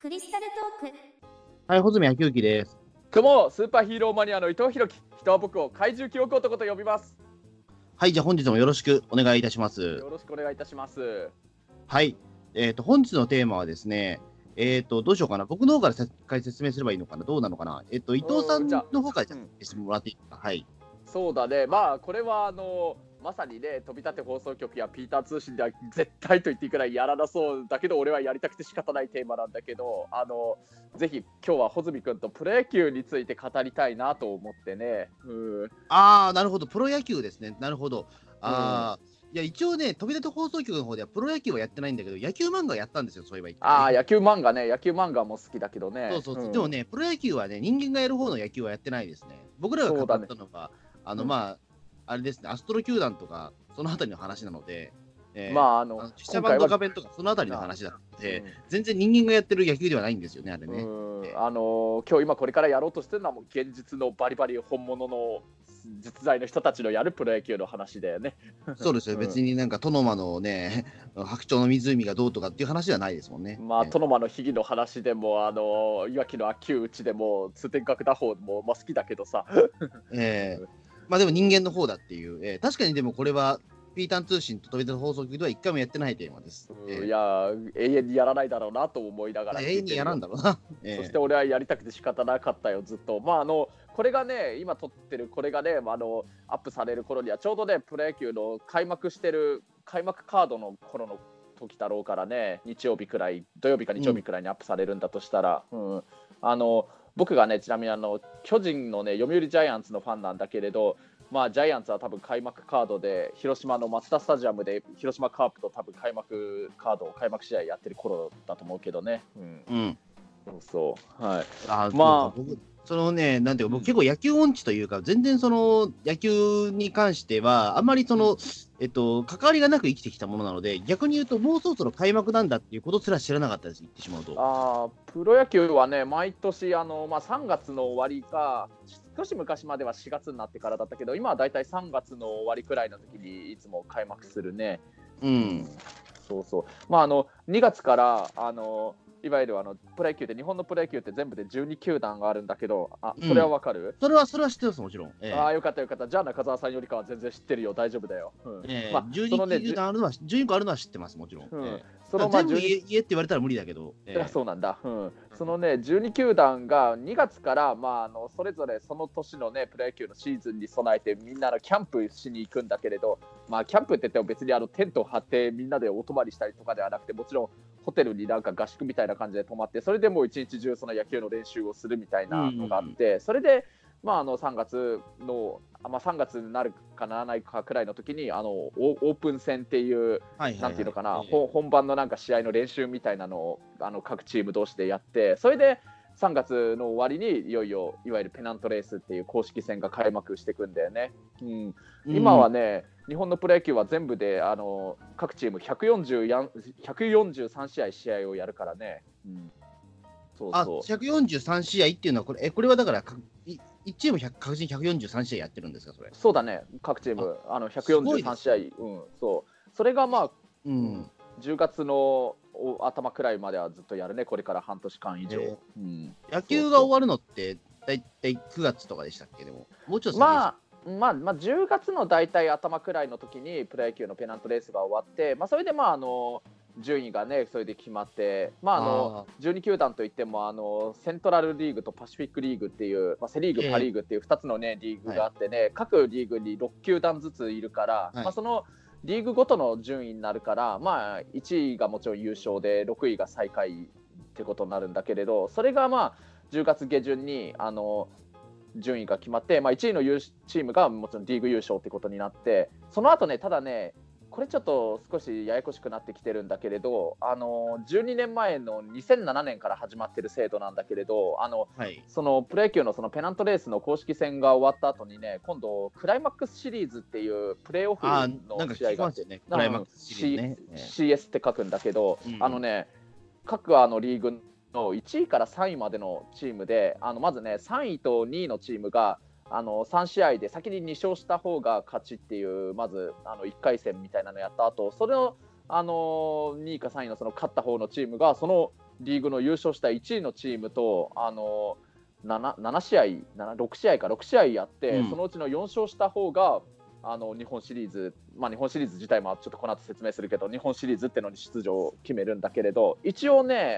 クリスタルトーク。 はい、穂積昭之です。 雲スーパーヒーローマニアの伊藤弘樹。人は僕を怪獣記憶男と呼びます。 はい、じゃあ本日もよろしくお願いいたします。 よろしくお願いいたします。 はい、本日のテーマはですね、どうしようかな。僕の方から説明すればいいのかな。どうなのかな。伊藤さんの方から説明してもらっていいですか。はい。 そうだね。まあこれはまさにね、飛び立て放送局やピーター通信では絶対と言っていいくらいやらなそうだけど、俺はやりたくて仕方ないテーマなんだけど、ぜひ今日は穂積君とプロ野球について語りたいなと思ってね。 ああ、なるほど。プロ野球ですね。なるほど。いや一応ね、飛び立て放送局の方ではプロ野球はやってないんだけど、野球漫画やったんですよ、そういえば、ね。 野球漫画ね、野球漫画も好きだけどね。 そう、でもね、プロ野球はね、人間がやる方の野球はやってないですね。僕らが語ったのが、あれですね、アストロ球団とか、そのあたりの話なので、シャバンド画面とか、そのあたりの話なので、全然人間がやってる野球ではないんですよね、あれね。 今日今これからやろうとしてるのはもう現実のバリバリ本物の実在の人たちのやるプロ野球の話だよね。 そうですよ、別になんかトノマのね、白鳥の湖がどうとかっていう話はないですもんね。 トノマの秘技の話でも、いわきの秋打ちでも、通天閣打法も、好きだけどさ。 でも人間の方だっていう、確かにでもこれはピータン通信と飛び出す放送局では一回もやってないテーマです。 いや永遠にやらないだろうなと思いながら永遠にやらんだろうな。 そして俺はやりたくて仕方なかったよ、ずっと。これがね、今撮ってるこれがね、アップされる頃にはちょうどね、プロ野球の開幕してる開幕カードの頃の時だろうからね、土曜日くらいにアップされるんだとしたら、僕がね、ちなみに巨人のね、読売ジャイアンツのファンなんだけれど、ジャイアンツは多分開幕カードで広島のマツダスタジアムで広島カープと多分開幕試合やってる頃だと思うけどね。そうはい。 僕そのね、なんていうか、僕結構野球音痴というか、全然その野球に関してはあんまりその関わりがなく生きてきたものなので、逆に言うともうそろそろ開幕なんだっていうことすら知らなかったです。言ってしまうと。 プロ野球はね、毎年3月の終わりか、少し昔までは4月になってからだったけど、今はだいたい3月の終わりくらいの時にいつも開幕するね。そうそう。2月からいわゆるプロ野球って、日本のプロ野球って全部で12球団があるんだけど、それはわかる？ それは知ってます、もちろん。 よかったよかった。じゃあ中澤さんよりかは全然知ってるよ。大丈夫だよ。 12球団あるのは、12個あるのは知ってます、もちろん。全部言えって言われたら無理だけど。 そうなんだ。そのね、12球団が2月から、それぞれその年のね、プロ野球のシーズンに備えてみんなキャンプしに行くんだけれど、キャンプって言っても別にテントを張ってみんなでお泊まりしたりとかではなくて、もちろんホテルになんか合宿みたいな感じで泊まって、それでもう一日中その野球の練習をするみたいなのがあって、それで3月の3月になるかならないかくらいの時にオープン戦っていう、なんていうのかな、本番のなんか試合の練習みたいなのを各チーム同士でやって、それで3月の終わりにいよいよいわゆるペナントレースっていう公式戦が開幕していくんだよね。今はね、日本のプロ野球は全部で各チーム143試合をやるからね。 143試合っていうのはこれはだから1チーム確実に143試合やってるんですか、それ？ そうだね、各チーム143試合、それが10月の頭くらいまではずっとやるね、これから半年間以上。 野球が終わるのって大体9月とかでしたっけ？でももうちょっと先ですか 10月の大体頭くらいの時にプロ野球のペナントレースが終わって、それで順位がね、それで決まって、12球団といってもセントラルリーグとパシフィックリーグっていう、セリーグ、パリーグっていう2つのねリーグがあってね、各リーグに6球団ずついるから、そのリーグごとの順位になるから、1位がもちろん優勝で6位が最下位ってことになるんだけれど、それが10月下旬に順位が決まって、1位のチームがもちろんリーグ優勝ってことになって、その後ね、ただね、これちょっと少しややこしくなってきてるんだけれど、12年前の2007年から始まってる制度なんだけれど、そのプロ野球のそのペナントレースの公式戦が終わった後にね、今度クライマックスシリーズっていうプレーオフの試合があって、 クライマックスシリーズね、 CS って書くんだけど、各リーグの1位から3位までのチームで、まずね3位と2位のチームが3試合で先に2勝した方が勝ちっていう、まず1回戦みたいなのやった後、それを2位か3位のその勝った方のチームがそのリーグの優勝した1位のチームと7試合6試合か6試合やって、そのうちの4勝した方が日本シリーズ、日本シリーズ自体もちょっとこの後説明するけど、日本シリーズってのに出場を決めるんだけれど、一応ね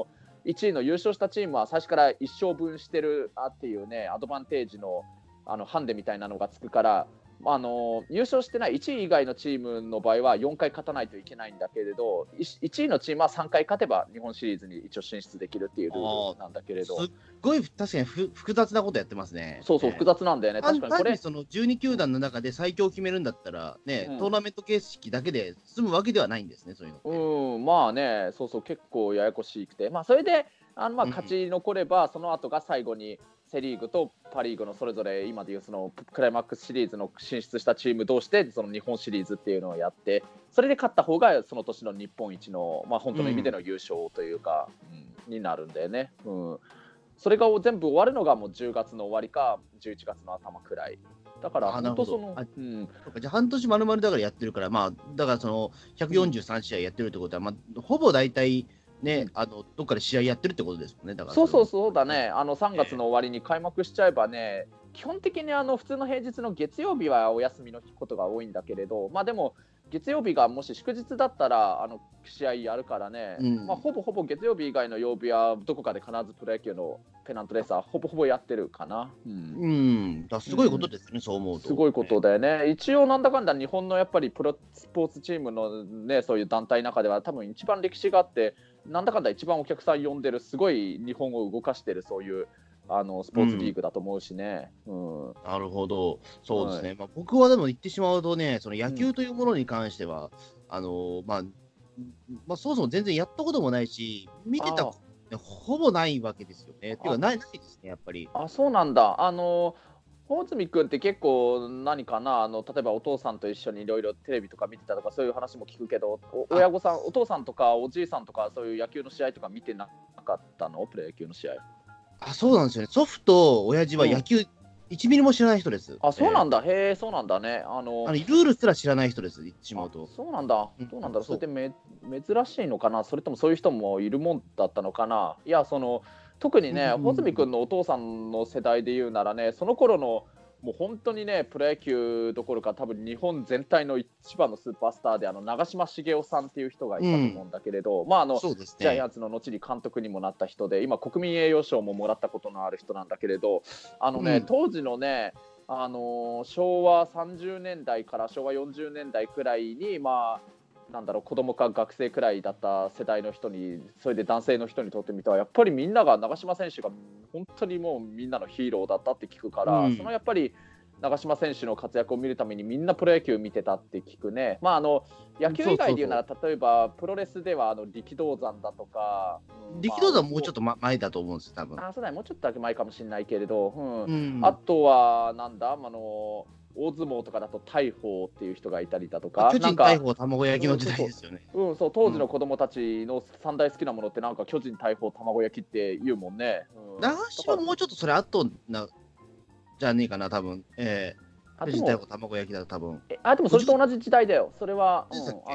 1位の優勝したチームは最初から1勝分してるっていうね、アドバンテージのハンデみたいなのがつくから、優勝してない1位以外のチームの場合は4回勝たないといけないんだけれど、1位のチームは3回勝てば日本シリーズに一応進出できるっていうルールなんだけれど、 すっごい確かに複雑なことやってますね。 そう複雑なんだよね。確かにこれその12球団の中で最強を決めるんだったらね、トーナメント形式だけで済むわけではないんですね、そういうの。そう結構ややこしくて、それで勝ち残れば、その後が最後にセリーグとパリーグのそれぞれ今でいうそのクライマックスシリーズの進出したチーム同士でその日本シリーズっていうのをやって、それで勝った方がその年の日本一の、本当の意味での優勝というか、になるんだよね。それが全部終わるのがもう10月の終わりか11月の頭くらいだから、本当そのじゃあ半年丸々だからやってるから、だからその143試合やってるってことは、ほぼ大体ね、どっかで試合やってるってことですもんね。だからそうだね。3月の終わりに開幕しちゃえばね、基本的に普通の平日の月曜日はお休みのことが多いんだけれど、でも月曜日がもし祝日だったら試合やるからね、ほぼ月曜日以外の曜日はどこかで必ずプロ野球のペナントレースはほぼやってるかな。 すごいことですね、そう思うと。 すごいことだよね。一応なんだかんだ日本のやっぱりプロスポーツチームのね、そういう団体の中では多分一番歴史があって、なんだかんだ一番お客さん呼んでる、すごい日本を動かしてる、そういうスポーツリーグだと思うしね。 なるほど、そうですね。僕はでも言ってしまうとね、その野球というものに関しては、そもそも全然やったこともないし、見てたほぼないわけですよね。っていうかないですね、やっぱり。 そうなんだ。穂積君って結構何かな、例えばお父さんと一緒にいろいろテレビとか見てたとかそういう話も聞くけど、親御さん、お父さんとかおじいさんとかそういう野球の試合とか見てなかったの？プロ野球の試合。 そうなんですよね。祖父と親父は野球1ミリも知らない人です。 そうなんだ。へえ、そうなんだね。 ルールすら知らない人です、言ってしまうと。 そうなんだ。どうなんだろう。それって珍しいのかな、それともそういう人もいるもんだったのかな。いや、特にね、穂積君のお父さんの世代で言うならね、その頃のもう本当にね、プロ野球どころか多分日本全体の一番のスーパースターで長嶋茂雄さんっていう人がいたと思うんだけれど、ジャイアンツの後に監督にもなった人で、今国民栄誉賞ももらったことのある人なんだけれど、当時のね、昭和30年代から昭和40年代くらいに子供か学生くらいだった世代の人に、それで男性の人にとってみたらやっぱりみんなが長嶋選手が本当にもうみんなのヒーローだったって聞くから、そのやっぱり長嶋選手の活躍を見るためにみんなプロ野球見てたって聞くね。野球以外で言うなら例えばプロレスでは力道山だとか、 力道山もうちょっと前だと思うんです多分。 そうだね、もうちょっとだけ前かもしれないけれど、あとはなんだ大相撲とかだと大鵬っていう人がいたりだとか、 巨人大鵬卵焼きの時代ですよね。 そう当時の子供たちの三大好きなものって巨人大鵬卵焼きって言うもんね。 長嶋もうちょっとそれ後じゃねえかな多分。巨人大鵬卵焼きだと多分。 でもそれと同じ時代だよ。それは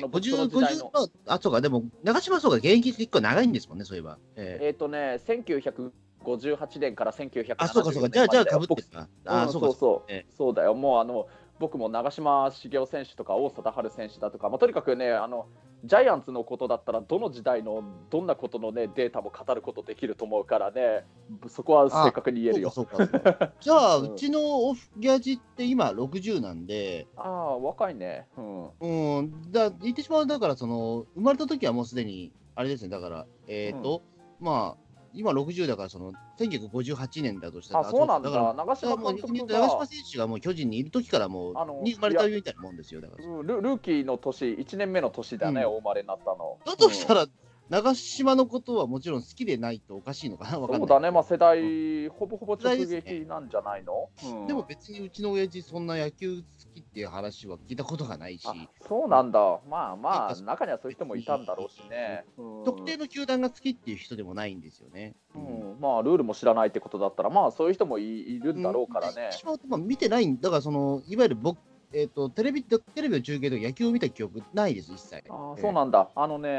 50のそうか、でも長嶋そうか現役結構長いんですもんね、そういえば。 1958年から1970年まで。 そうかじゃあかぶってるか。 そうだよ。もう僕も長嶋茂雄選手とか王貞治選手だとか、とにかくねジャイアンツのことだったらどの時代のどんなことのねデータも語ることできると思うからね、そこは正確に言えるよ。 じゃあうちの親父って今60なんで。 若いね。 言ってしまうだから生まれた時はもうすでにあれですね。だから今60だから1958年だとしたら、 そうなんだ。 長嶋選手がもう巨人にいる時からもうに生まれたみたいなもんですよ。だからルーキーの年1年目の年だね、お生まれになったの。 だとしたら長嶋のことはもちろん好きでないとおかしいのかな。 そうだね、世代ほぼ直撃なんじゃないの。 でも別にうちの親父そんな野球好きっていう話は聞いたことがないし。 そうなんだ。中にはそういう人もいたんだろうしね。 特定の球団が好きっていう人でもないんですよね。 ルールも知らないってことだったらそういう人もいるんだろうからね。 見てないだからいわゆる僕テレビの中継で野球を見た記憶ないです一切。 そうなんだ。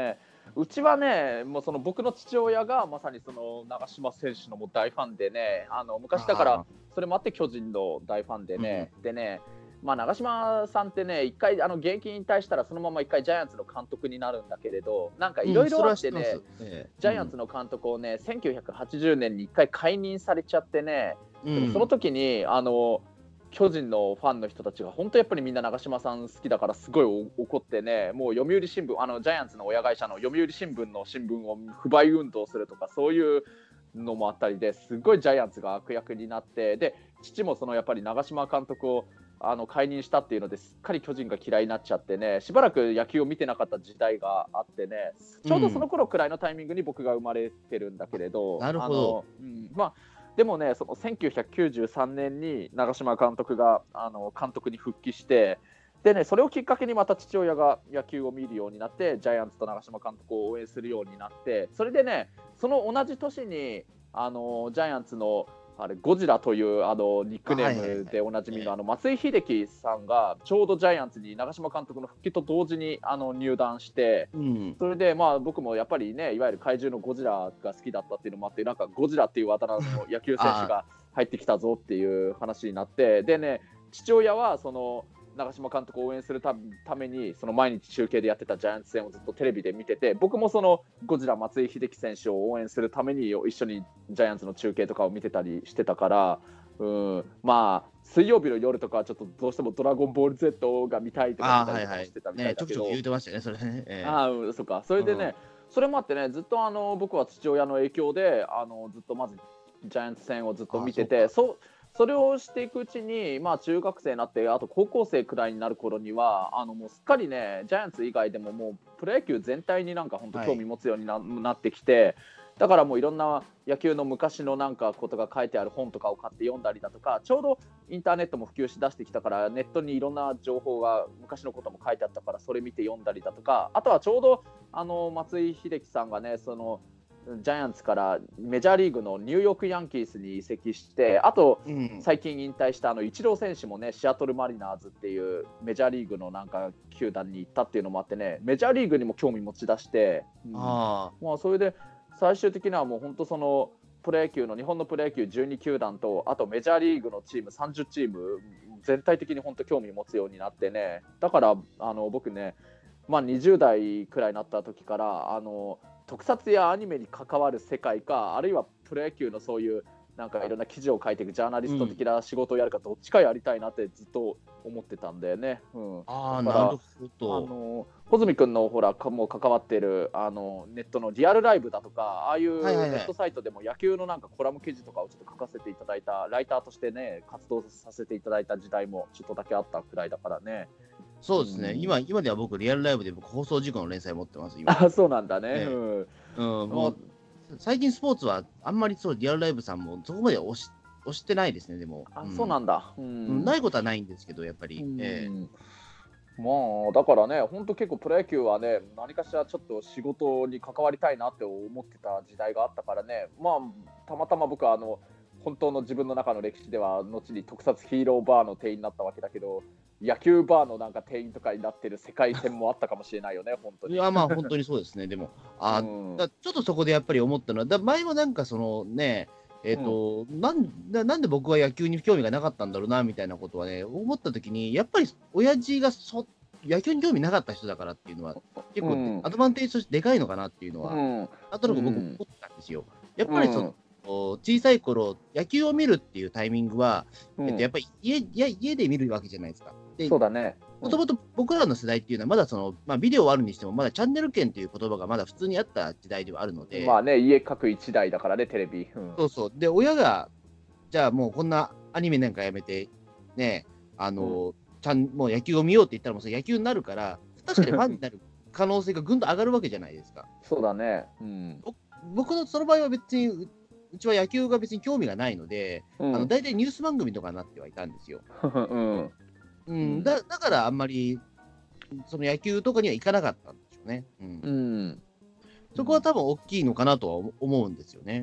うちはね、もうその僕の父親がまさにその長嶋選手のもう大ファンでね、昔だからそれもあって巨人の大ファンでね、でね、まあ、長嶋さんってね、一回現役引退したらそのまま一回ジャイアンツの監督になるんだけれど、なんかいろいろあってね、ジャイアンツの監督をね、1980年に一回解任されちゃってね、その時に巨人のファンの人たちが本当やっぱりみんな長嶋さん好きだからすごい怒ってね、もう読売新聞、ジャイアンツの親会社の読売新聞の新聞を不買運動するとかそういうのもあったりですごいジャイアンツが悪役になって、で父もそのやっぱり長嶋監督を解任したっていうのですっかり巨人が嫌いになっちゃってね、しばらく野球を見てなかった時代があってね、ちょうどその頃くらいのタイミングに僕が生まれてるんだけれど、 なるほど。 まあでもね、その1993年に長嶋監督が監督に復帰して、でね、それをきっかけにまた父親が野球を見るようになって、ジャイアンツと長嶋監督を応援するようになって、それでね、その同じ年にジャイアンツのゴジラというニックネームでおなじみの松井秀喜さんがちょうどジャイアンツに長嶋監督の復帰と同時に入団して、それでまあ僕もやっぱりね、いわゆる怪獣のゴジラが好きだったっていうのもあって、なんかゴジラっていうあだ名の野球選手が入ってきたぞっていう話になって、でね、父親はその長嶋監督を応援するためにその毎日中継でやってたジャイアンツ戦をずっとテレビで見てて、僕もそのゴジラ松井秀喜選手を応援するために一緒にジャイアンツの中継とかを見てたりしてたから、まあ水曜日の夜とかはちょっとどうしてもドラゴンボール Z が見たいとか見たりとかしてたみたいだけど、 ちょくちょく言ってましたねそれね。 そうか、それでね、それもあってね、ずっと僕は父親の影響でずっとまずジャイアンツ戦をずっと見てて、それをしていくうちに、まあ、中学生になって、あと高校生くらいになる頃にはもうすっかりね、ジャイアンツ以外でももうプロ野球全体になんか本当興味持つように なってきて、だからもういろんな野球の昔のなんかことが書いてある本とかを買って読んだりだとか、ちょうどインターネットも普及しだしてきたからネットにいろんな情報が昔のことも書いてあったからそれ見て読んだりだとか、あとはちょうど松井秀喜さんがね、そのジャイアンツからメジャーリーグのニューヨークヤンキースに移籍して、あと最近引退したイチロー選手もね、シアトルマリナーズっていうメジャーリーグのなんか球団に行ったっていうのもあってね、メジャーリーグにも興味持ち出して、まあそれで最終的にはもう本当そのプロ野球の日本のプロ野球12球団と、あとメジャーリーグのチーム30チーム全体的に本当興味持つようになってね、だから僕ね、まあ20代くらいになった時から特撮やアニメに関わる世界か、あるいはプロ野球のそういうなんかいろんな記事を書いていくジャーナリスト的な仕事をやるか、どっちかやりたいなってずっと思ってたんだよね。 なるほど。穂積君のほらもう関わっているネットのリアルライブだとか、ああいうネットサイトでも野球のなんかコラム記事とかをちょっと書かせていただいた、ライターとしてね活動させていただいた時代もちょっとだけあったくらいだからね。 そうですね、今では僕リアルライブで放送事故の連載持ってます今。そうなんだね。 もう最近スポーツはあんまりそうリアルライブさんもそこまで押してないですね。でもそうなんだ。 ないことはないんですけど、やっぱりまあだからね、本当結構プロ野球はね、何かしらちょっと仕事に関わりたいなって思ってた時代があったからね、まあたまたま僕は本当の自分の中の歴史では後に特撮ヒーローバーの店員になったわけだけど、野球バーのなんか店員とかになってる世界線もあったかもしれないよね。本当に。 いやまあ本当にそうですね。でもちょっとそこでやっぱり思ったのは、前もなんかそのね、なんで僕は野球に興味がなかったんだろうなみたいなことはね思った時に、やっぱり親父が野球に興味なかった人だからっていうのは結構アドバンテージとしてでかいのかなっていうのは、なんとなく僕思ったんですよ。やっぱり小さい頃野球を見るっていうタイミングは、やっぱり家で見るわけじゃないですか。 そうだね。 もともと僕らの世代っていうのはまだビデオはあるにしてもまだチャンネル権っていう言葉がまだ普通にあった時代ではあるので、 まあね、家各1台だからね、テレビ。 そうそう。で親がじゃあもうこんなアニメなんかやめてね、もう野球を見ようって言ったらもうそれ野球になるから、確かにファンになる可能性がぐんと上がるわけじゃないですか。 そうだね。 僕のその場合は別にうちは野球が別に興味がないので、大体ニュース番組とかになってはいたんですよ。だからあんまりその野球とかには行かなかったんでしょうね。そこは多分大きいのかなとは思うんですよね。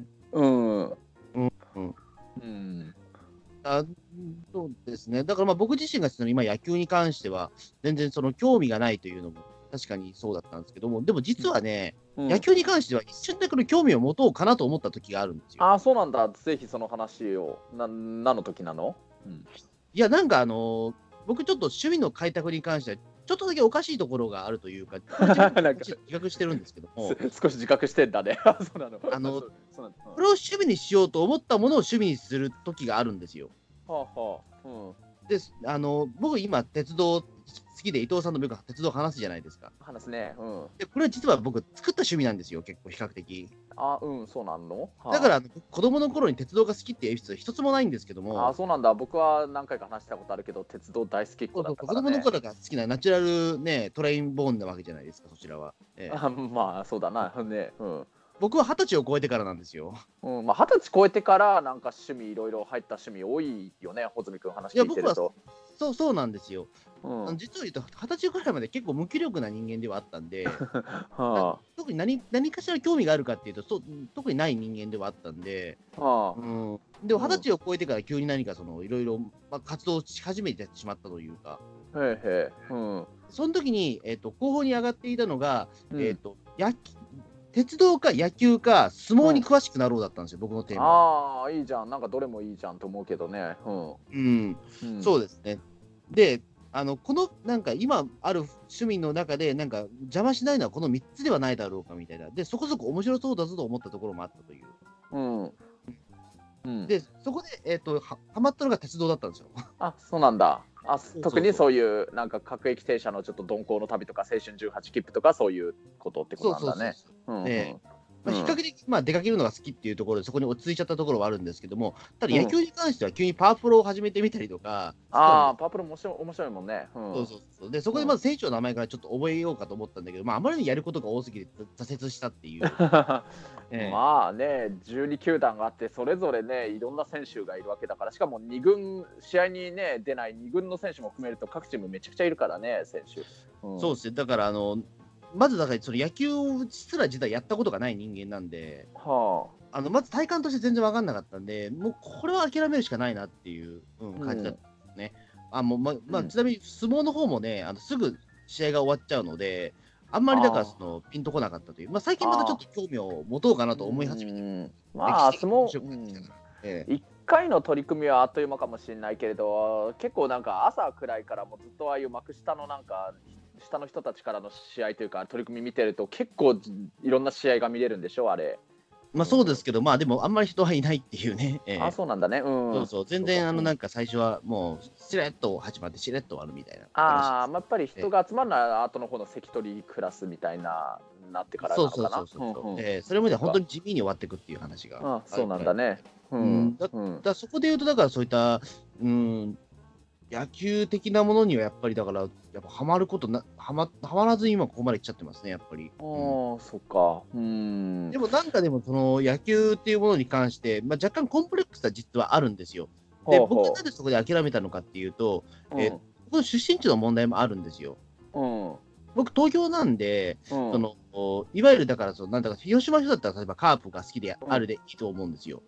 そうですね。だから僕自身が今野球に関しては全然その興味がないというのも確かにそうだったんですけども、でも実はね、野球に関しては一瞬だけの興味を持とうかなと思った時があるんですよ。 ああ、そうなんだ。ぜひその話を。何の時なの？ いや、なんか僕ちょっと趣味の開拓に関しては、ちょっとだけおかしいところがあるというか、自覚してるんですけども。 少し自覚してんだね。そうなの。 これを趣味にしようと思ったものを趣味にする時があるんですよ。で、僕今、鉄道好きで、伊藤さんと僕は鉄道話すじゃないですか。 話すね。 で、これは実は僕、作った趣味なんですよ、結構比較的。 そうなんの？ だから、子供の頃に鉄道が好きっていうエピソード一つもないんですけども。 そうなんだ。僕は何回か話したことあるけど、鉄道大好きっ子だったからね。 子供の頃が好きなナチュラルね、トレインボーンなわけじゃないですか、そちらは。 まあ、そうだな。ね。 僕は20歳を超えてからなんですよ。 20歳超えてからなんか趣味いろいろ入った趣味多いよね、穂積君話聞いてると。 そうなんですよ。実を言うと20歳くらいまで結構無気力な人間ではあったんで、特に何かしら興味があるかっていうと特にない人間ではあったんで、でも20歳を超えてから急に何かいろいろ活動し始めてしまったというか、その時に候補に上がっていたのが鉄道か野球か相撲に詳しくなろうだったんですよ、僕のテーマ。 いいじゃん。なんかどれもいいじゃんと思うけどね。 そうですね。で、このなんか今ある趣味の中でなんか邪魔しないのはこの3つではないだろうかみたいな。で、そこそこ面白そうだぞと思ったところもあったという。で、そこでハマったのが鉄道だったんですよ。 そうなんだ。特にそういうなんか各駅停車のちょっと鈍行の旅とか青春18切符とかそういうことってことなんだね。 比較的出かけるのが好きっていうところでそこに落ち着いちゃったところはあるんですけども、ただ野球に関しては急にパワープロを始めてみたりとか、 パワープロ面白いもんね。 でそこでまず選手の名前からちょっと覚えようかと思ったんだけど、あまりにやることが多すぎて挫折したっていう。 まあね、12球団があってそれぞれねいろんな選手がいるわけだから、しかも2軍試合にね出ない2軍の選手も含めると各チームめちゃくちゃいるからね、選手。 そうですね。だからまずだから野球すら自体やったことがない人間なんで、まず体感として全然分かんなかったんで、もうこれは諦めるしかないなっていう感じだったんですね。ちなみに相撲の方もね、すぐ試合が終わっちゃうので、あんまりだからピンとこなかったという、最近またちょっと興味を持とうかなと思い始めて、 相撲1回の取り組みはあっという間かもしれないけれど、結構なんか朝くらいからもずっと幕下のなんか下の人たちからの試合というか取り組み見てると結構いろんな試合が見れるんでしょ、あれ。 そうですけど、でもあんまり人はいないっていうね。 そうなんだね。 全然なんか最初はもうしれっと始まってしれっと終わるみたいな。 やっぱり人が集まるのは後の方の関取クラスみたいなってからなのかな。 それまで本当に地味に終わっていくっていう話が。 そうなんだね。 だそこでいうとだからそういった野球的なものにはやっぱりだからやっぱハマらずに今ここまで来ちゃってますね、やっぱり。 そっか。 でもなんかでもその野球っていうものに関して、若干コンプレックスは実はあるんですよ。で、僕はなんでそこで諦めたのかっていうと、僕の出身地の問題もあるんですよ。僕東京なんで、いわゆるだからなんだか広島市だったら例えばカープが好きであるでいいと思うんですよ。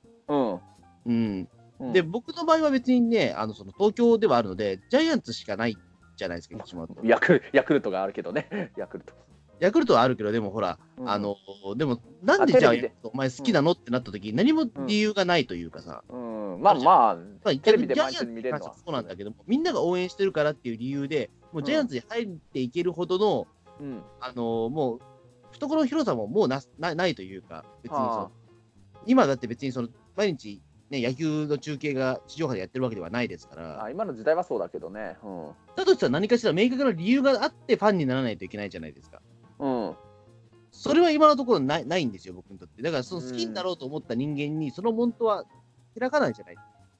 で、僕の場合は別にね、東京ではあるので、ジャイアンツしかないじゃないですか、 ヤクルトがあるけどね、ヤクルトはあるけど、でもほら、でも、なんでじゃあ、お前好きなのってなった時、何も理由がないというかさ、 テレビで毎日見れるのはそうなんだけども、みんなが応援してるからっていう理由で、もうジャイアンツに入っていけるほどの、もう、懐の広さももうないというか、別に今だって別に毎日、野球の中継が地上波でやってるわけではないですから。 今の時代はそうだけどね。 だとしたら何かしら明確な理由があってファンにならないといけないじゃないですか。それは今のところないんですよ、僕にとって。だから好きになろうと思った人間にその門戸は開かないじゃない。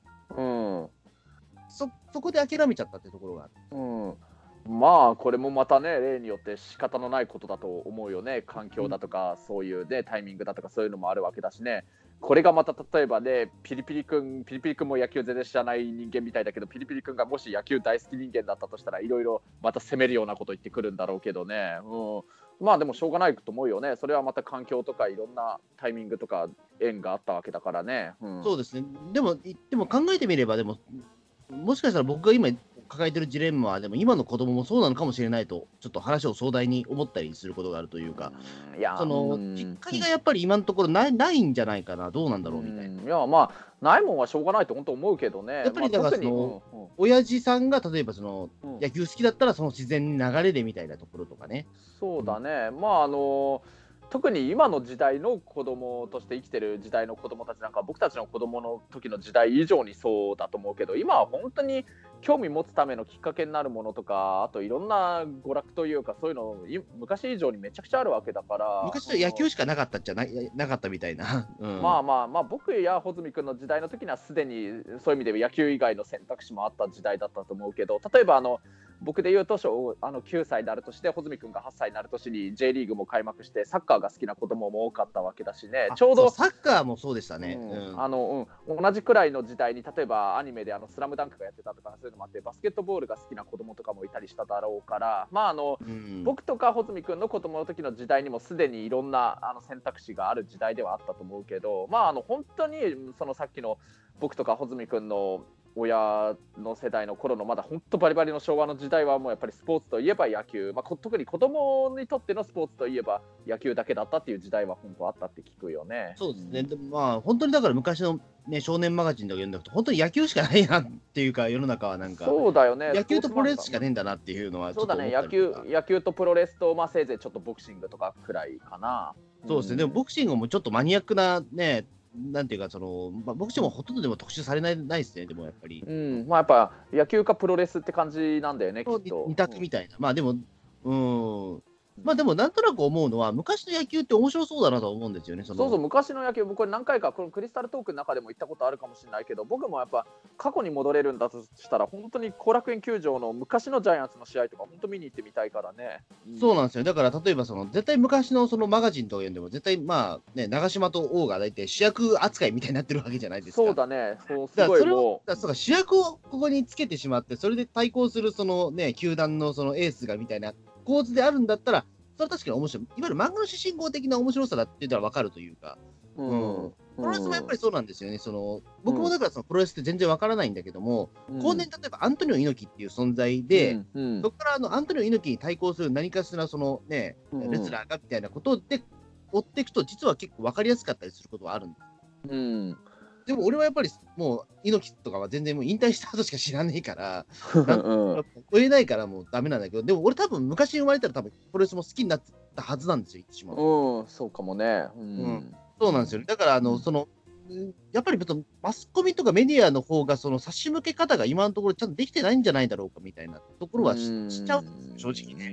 そこで諦めちゃったってところがある。 これもまたね、例によって仕方のないことだと思うよね。環境だとか、そういうね、タイミングだとかそういうのもあるわけだしね。これがまた例えばね、ピリピリ君も野球全然知らない人間みたいだけど、ピリピリ君がもし野球大好き人間だったとしたらいろいろまた責めるようなこと言ってくるんだろうけどね。でもしょうがないと思うよね。それはまた環境とかいろんなタイミングとか縁があったわけだからね。 そうですね。でも考えてみれば、もしかしたら僕が今抱えてるジレンマは、でも今の子供もそうなのかもしれないと、ちょっと話を壮大に思ったりすることがあるというか、きっかけがやっぱり今のところないんじゃないかな、どうなんだろうみたいな。 いや、まあ、ないもんはしょうがないと本当思うけどね。 やっぱりだから親父さんが例えば野球好きだったら、その自然流れでみたいなところとかね。 そうだね。まあ特に今の時代の子供として生きてる時代の子供たちなんか僕たちの子供の時の時代以上にそうだと思うけど、今は本当に興味持つためのきっかけになるものとか、あといろんな娯楽というかそういうの昔以上にめちゃくちゃあるわけだから。 昔は野球しかなかったなかったみたいな、 まあ僕や穂積君の時代の時にはすでにそういう意味で野球以外の選択肢もあった時代だったと思うけど、例えば僕で言うと9歳になる年で穂積君が8歳になる年に J リーグも開幕してサッカーが好きな子供も多かったわけだしね。ちょうどサッカーもそうでしたね、 同じくらいの時代に例えばアニメでスラムダンクがやってたとかそういうのもあって、バスケットボールが好きな子供とかもいたりしただろうから、まあ僕とか穂積君の子供の時の時代にもすでにいろんな選択肢がある時代ではあったと思うけど、まあ本当にさっきの僕とか穂積君の親の世代の頃のまだ本当バリバリの昭和の時代はもうやっぱりスポーツといえば野球、特に子供にとってのスポーツといえば野球だけだったっていう時代は本当あったって聞くよね。 そうですね、でも本当にだから昔の、ね、少年マガジンとか読んだと本当に野球しかないなっていうか、世の中はなんかそうだよね、 野球とプロレスしかねえんだなっていうのはちょっと思ったりとか。 そうだね、野球とプロレスと、せいぜいちょっとボクシングとかくらいかな。 そうですね、でもボクシングもちょっとマニアックなね、なんていうかボクシングもほとんどでも特集されないですね、でもやっぱり。 やっぱ野球かプロレスって感じなんだよね、きっと。 二択みたいな。でも、でもなんとなく思うのは、昔の野球って面白そうだなと思うんですよね。 そう昔の野球、僕何回かこのクリスタルトークの中でも言ったことあるかもしれないけど、僕もやっぱ過去に戻れるんだとしたら本当に後楽園球場の昔のジャイアンツの試合とか本当見に行ってみたいからね。 そうなんですよ。だから例えば絶対昔のマガジンとか読んでも絶対長嶋と王が大体主役扱いみたいになってるわけじゃないですか。 そうだね。 すごいもうそうか、主役をここにつけてしまって、それで対抗する球団のエースがみたいな構図であるんだったら、それは確かに面白い。いわゆる漫画の主人公的な面白さだって言ったら分かるというか、プロレスもやっぱりそうなんですよね。僕もだからプロレスって全然分からないんだけども、後年例えばアントニオ猪木っていう存在で、そこからアントニオ猪木に対抗する何かしらレスラーがみたいなことで追っていくと、実は結構分かりやすかったりすることはあるんです。でも俺はやっぱりもう猪木とかは全然もう引退した後しか知らないから追えないからもうダメなんだけど、でも俺多分昔生まれたら多分プロレスも好きになったはずなんですよ、言ってしまう。 そうかもね。 そうなんですよ。だからやっぱりマスコミとかメディアの方が差し向け方が今のところちゃんとできてないんじゃないだろうかみたいなところはしちゃうんですよ、正直ね。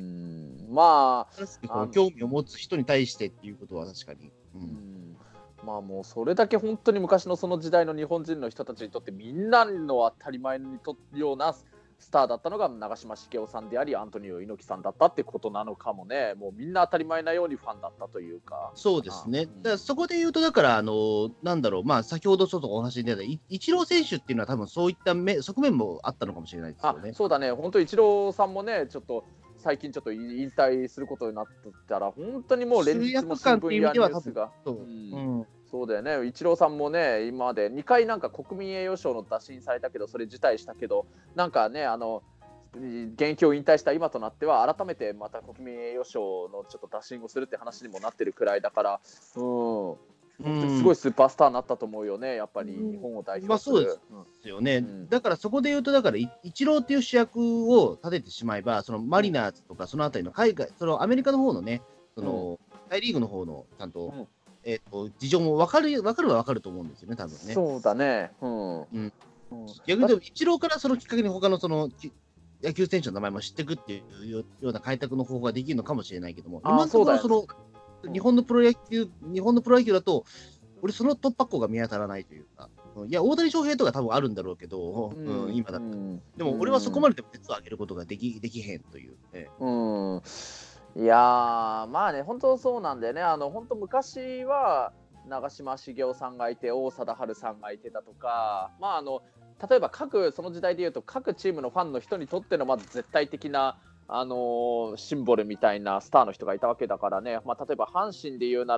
興味を持つ人に対してっていうことは確かに。 もうそれだけ本当に昔のその時代の日本人の人たちにとってみんなの当たり前にとるようなスターだったのが長嶋茂雄さんでありアントニオ猪木さんだったってことなのかもね。もうみんな当たり前なようにファンだったというか。 そうですね。だからそこで言うとだからなんだろう、先ほどちょっとお話に出たイチロー選手っていうのは多分そういった側面もあったのかもしれないですよね。 そうだね。本当イチローさんもねちょっと最近ちょっと引退することになったら本当にもう連日も新聞やニュースが。そうだよね。イチローさんもね今まで2回なんか国民栄誉賞の打診されたけどそれ辞退したけど、なんかね現役を引退した今となっては改めてまた国民栄誉賞のちょっと打診をするって話にもなってるくらいだから、すごいスーパースターになったと思うよね、やっぱり日本を代表する。 そうですよね。だからそこで言うとだからイチローっていう主役を立ててしまえばマリナーズとかそのあたりの海外アメリカの方のね大リーグの方のちゃんと事情も分かるは分かると思うんですよね、多分ね。 そうだね。 逆に言うとイチローからそのきっかけに他の野球選手の名前も知っていくっていうような開拓の方法ができるのかもしれないけども、今のところ日本のプロ野球だと俺その突破口が見当たらないというか、いや大谷翔平とか多分あるんだろうけど、今だったらでも俺はそこまで熱を上げることができへんというね。 いやね本当そうなんだよね。本当昔は長嶋茂雄さんがいて王貞治さんがいてだとか、例えばその時代でいうと各チームのファンの人にとってのまず絶対的なシンボルみたいなスターの人がいたわけだからね。例えば阪神で言うなら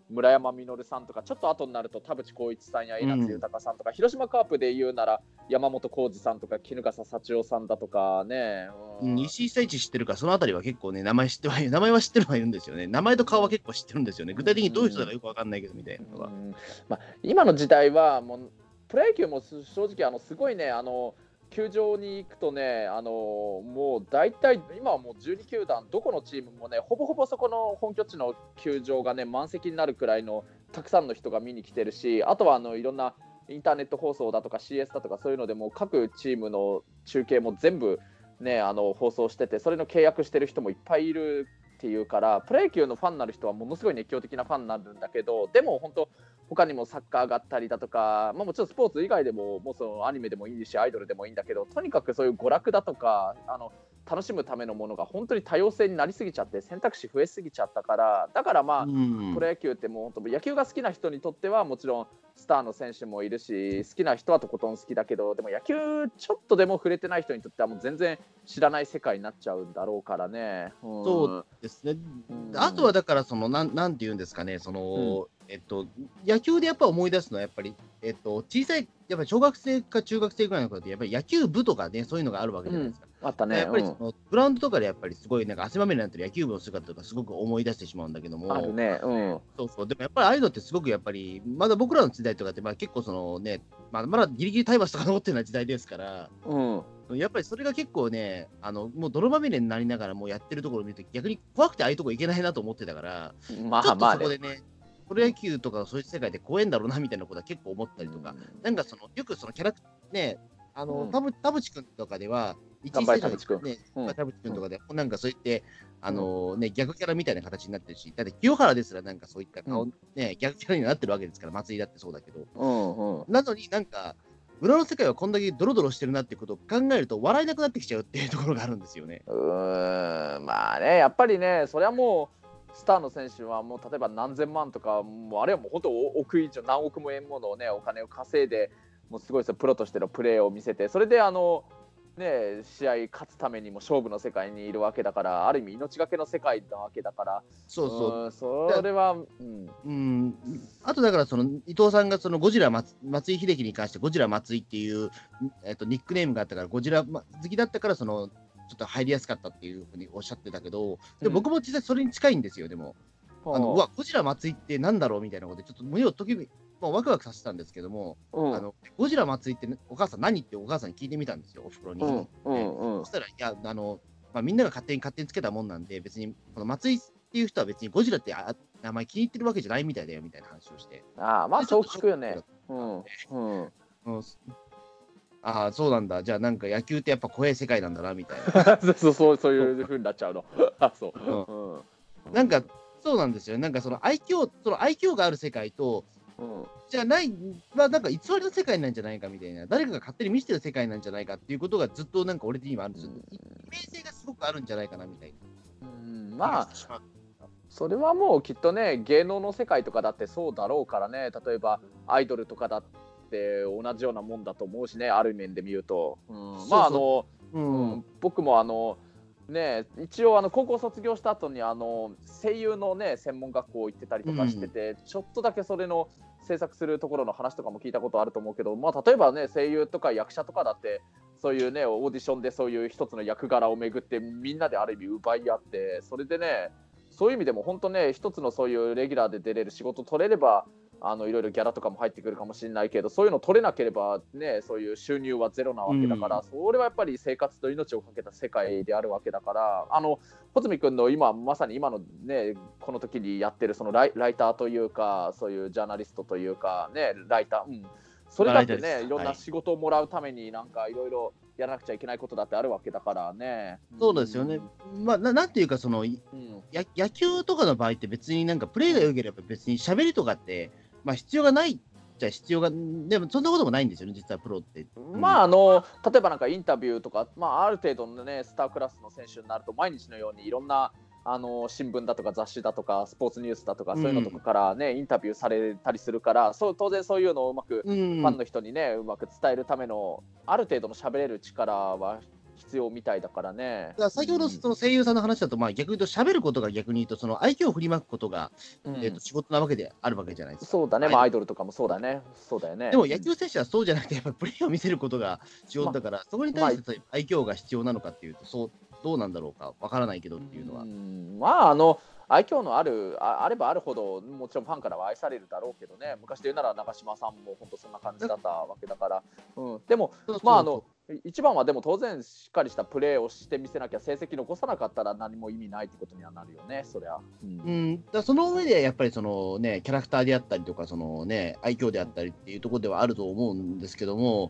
村山実さんとか、ちょっと後になると田淵光一さんや江夏豊さんとか、広島カープで言うなら山本浩二さんとか衣笠幸男さんだとかね、 石井久一知ってるから、そのあたりは結構ね、名前は知ってるのはいるんですよね。名前と顔は結構知ってるんですよね。具体的にどういう人だかよくわかんないけどみたいなのが。 今の時代はもうプロ野球も正直すごいね、球場に行くとね、もう大体今はもう12球団どこのチームもね、ほぼほぼそこの本拠地の球場がね満席になるくらいのたくさんの人が見に来てるし、あとはいろんなインターネット放送だとか CS だとかそういうのでも各チームの中継も全部ね放送してて、それの契約してる人もいっぱいいるっていうから、プロ野球のファンになる人はものすごい熱狂的なファンになるんだけど、でも本当他にもサッカーがあったりだとか、もちろんスポーツ以外でもそのアニメでもいいしアイドルでもいいんだけど、とにかくそういう娯楽だとか楽しむためのものが本当に多様性になりすぎちゃって選択肢増えすぎちゃったから、だからプロ野球ってもう本当野球が好きな人にとってはもちろんスターの選手もいるし、好きな人はとことん好きだけど、でも野球ちょっとでも触れてない人にとってはもう全然知らない世界になっちゃうんだろうからね。 そうですね。あとはだからなんて言うんですかね、野球でやっぱ思い出すのはやっぱり、小さいやっぱり小学生か中学生ぐらいの頃でやっぱり野球部とかね、そういうのがあるわけじゃないですか。 あったね。 やっぱりグラウンドとかでやっぱりすごいなんか汗まみれになってる野球部の姿とかすごく思い出してしまうんだけども。 あるね。 そうそう。でもやっぱりああいうのってすごくやっぱりまだ僕らの時代とかって結構まだギリギリ体罰とか残ってるような時代ですから。やっぱりそれが結構ね、もう泥まみれになりながらもうやってるところを見ると逆に怖くてああいうとこ行けないなと思ってたから、ちょっとそこでね、プロ野球とかそういう世界で怖いんだろうなみたいなことは結構思ったりとか、なんかよくそのキャラクターね、田淵君とかでは、一位選手のね、田淵君とかで、なんかそう言って、逆キャラみたいな形になってるし、だって清原ですらなんかそういった顔、逆キャラになってるわけですから、松井だってそうだけど。なのになんか、裏の世界はこんだけドロドロしてるなってことを考えると笑えなくなってきちゃうっていうところがあるんですよね。 まあね、やっぱりね、それはもうスターの選手はもう例えば何千万とか、もうあれはもう本当億以上何億も円ものねお金を稼いで、もうすごいプロとしてのプレーを見せて、それで試合勝つためにも勝負の世界にいるわけだから、ある意味命がけの世界なわけだから、 それはあとだから伊藤さんがゴジラ松井秀喜に関してゴジラ松井っていう、ニックネームがあったからゴジラ好きだったからちょっと入りやすかったっていうふうにおっしゃってたけど、で僕も実際それに近いんですよ。でもうわゴジラ松井ってなんだろうみたいなことでちょっと胸をワクワクさせたんですけども、ゴジラ松井ってお母さん何ってお母さんに聞いてみたんですよ、おふくろに。そしたらいやみんなが勝手につけたもんなんで、別にこの松井っていう人は別にゴジラって名前気に入ってるわけじゃないみたいだよみたいな話をして。 そう聞くよね。 そうなんだ。じゃあなんか野球ってやっぱ怖い世界なんだなみたいな。そういう風になっちゃうの。 なんかそうなんですよ。なんか愛嬌がある世界と、じゃないなんか偽りの世界なんじゃないかみたいな、誰かが勝手に見せてる世界なんじゃないかっていうことがずっとなんか俺的にはあるんですよ。イメージ性がすごくあるんじゃないかなみたいな。 それはもうきっとね、芸能の世界とかだってそうだろうからね。例えばアイドルとかだって同じようなもんだと思うしね、ある面で見ると。僕も一応高校卒業した後に声優のね専門学校行ってたりとかしてて、ちょっとだけそれの制作するところの話とかも聞いたことあると思うけど、例えばね声優とか役者とかだってそういうねオーディションでそういう一つの役柄をめぐってみんなである意味奪い合って、それでねそういう意味でも本当ね一つのそういうレギュラーで出れる仕事取れればいろいろギャラとかも入ってくるかもしれないけど、そういうの取れなければねそういう収入はゼロなわけだから、それはやっぱり生活と命をかけた世界であるわけだから、穂積君のまさに今のねこの時にやってるそのライターというか、そういうジャーナリストというかねライター、それだってねいろんな仕事をもらうためになんかいろいろやらなくちゃいけないことだってあるわけだからね。 そうですよね。なんていうか野球とかの場合って別になんかプレーが良ければ別に喋りとかって必要がないじゃ必要が、でもそんなこともないんですよね、実はプロって。例えばなんかインタビューとか、ある程度のねスタークラスの選手になると毎日のようにいろんな新聞だとか雑誌だとかスポーツニュースだとかそういうのとかからね、インタビューされたりするから、当然そういうのをうまくファンの人にねうまく伝えるためのある程度の喋れる力は必必要みたいだからね。 だから先ほどその声優さんの話だと、まあ逆に言うと喋ることが逆に言うとその愛嬌を振りまくことが、仕事なわけであるわけじゃないですか。 そうだね、まあアイドルとかもそうだね。そうだよね。 でも野球選手はそうじゃなくてやっぱりプレーを見せることが仕事だから、そこに対して愛嬌が必要なのかっていうとどうなんだろうかわからないけどっていうのは。 まあ愛嬌のあればあるほどもちろんファンからは愛されるだろうけどね、昔で言うなら長嶋さんも本当そんな感じだったわけだから、でもまあ一番はでも当然しっかりしたプレーをしてみせなきゃ、成績残さなかったら何も意味ないってことにはなるよね、そりゃ。 だその上でやっぱりそのねキャラクターであったりとかそのね愛嬌であったりっていうところではあると思うんですけども、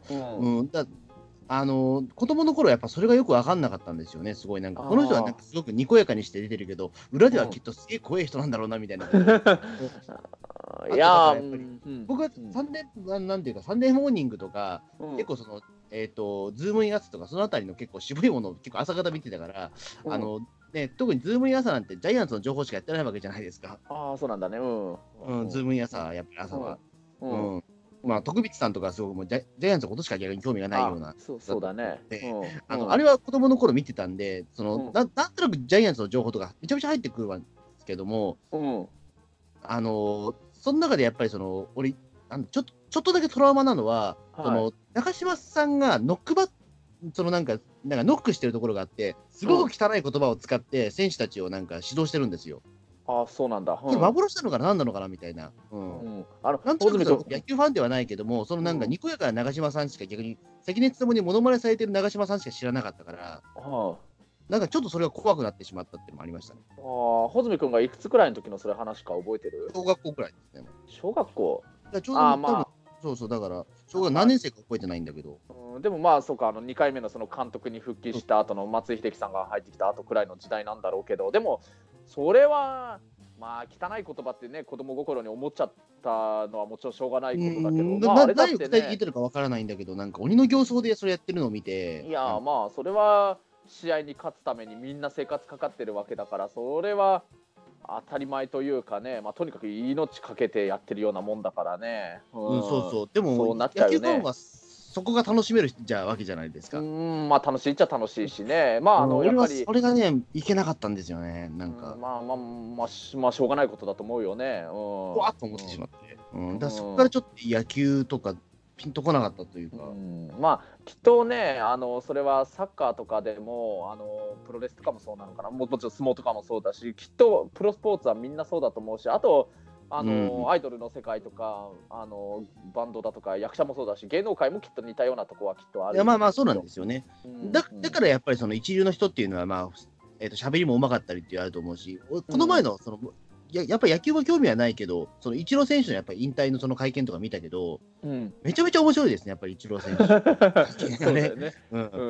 子供の頃やっぱそれがよく分かんなかったんですよね。すごいなんかこの人はなんかすごくにこやかにして出てるけど裏ではきっとすげえ怖い人なんだろうなみたいな。いや僕はサンデーモーニングとか、結構そのズームイン朝とかそのあたりの結構渋いものを結構朝方見てたから、特にズームイン朝なんてジャイアンツの情報しかやってないわけじゃないですか。 そうなんだね。 ズームイン朝やっぱり朝は。まあ、徳光さんとかすごくもうジャイアンツのことしか逆に興味がないような。 そうだね。 あれは子供の頃見てたんで、なんとなくジャイアンツの情報とかめちゃめちゃ入ってくるんですけども、その中でやっぱり俺ちょっとだけトラウマなのは、中島さんがノックなんかノックしてるところがあって、すごく汚い言葉を使って選手たちをなんか指導してるんですよ。 そうなんだ。 幻なのかな、何なのかなみたいな。なんとなく野球ファンではないけども、なんかにこやかな長嶋さんしか逆に、関根勤にモノマネされてる長嶋さんしか知らなかったから、なんかちょっとそれが怖くなってしまったっていうのもありましたね。 穂積君がいくつくらいの時のそれ話か覚えてる？ 小学校くらいですね。 小学校？ ちょうど多分そうだから小学何年生か覚えてないんだけど。 でもまあそうか、2回目のその監督に復帰した後の松井秀喜さんが入ってきた後くらいの時代なんだろうけど、でもそれはまあ汚い言葉ってね、子供心に思っちゃったのはもちろんしょうがないことだけど、 あれだってね、何を聞いてるかわからないんだけど、なんか鬼の形相でそれやってるのを見て、 いやまあそれは試合に勝つためにみんな生活かかってるわけだから、それは当たり前というかね、とにかく命かけてやってるようなもんだからね。 でも野球ファンはそこが楽しめるわけじゃないですか。 まあ楽しいっちゃ楽しいしね。まあやっぱりそれがねいけなかったんですよね。なんかまあしょうがないことだと思うよね。 わっと思ってしまって、だそこからちょっと野球とかピンとこなかったというか。 まあきっとね、それはサッカーとかでもプロレスとかもそうなのかな、もちろん相撲とかもそうだし、きっとプロスポーツはみんなそうだと思うし、あとアイドルの世界とかバンドだとか役者もそうだし、芸能界もきっと似たようなとこはきっとある。 いやまあそうなんですよね。だからやっぱりその一流の人っていうのはまあ喋りもうまかったりっていうあると思うし、この前のやっぱり野球は興味はないけど、そのイチロー選手のやっぱり引退のその会見とか見たけど、めちゃめちゃ面白いですね、やっぱりイチロー選手。そうだよね。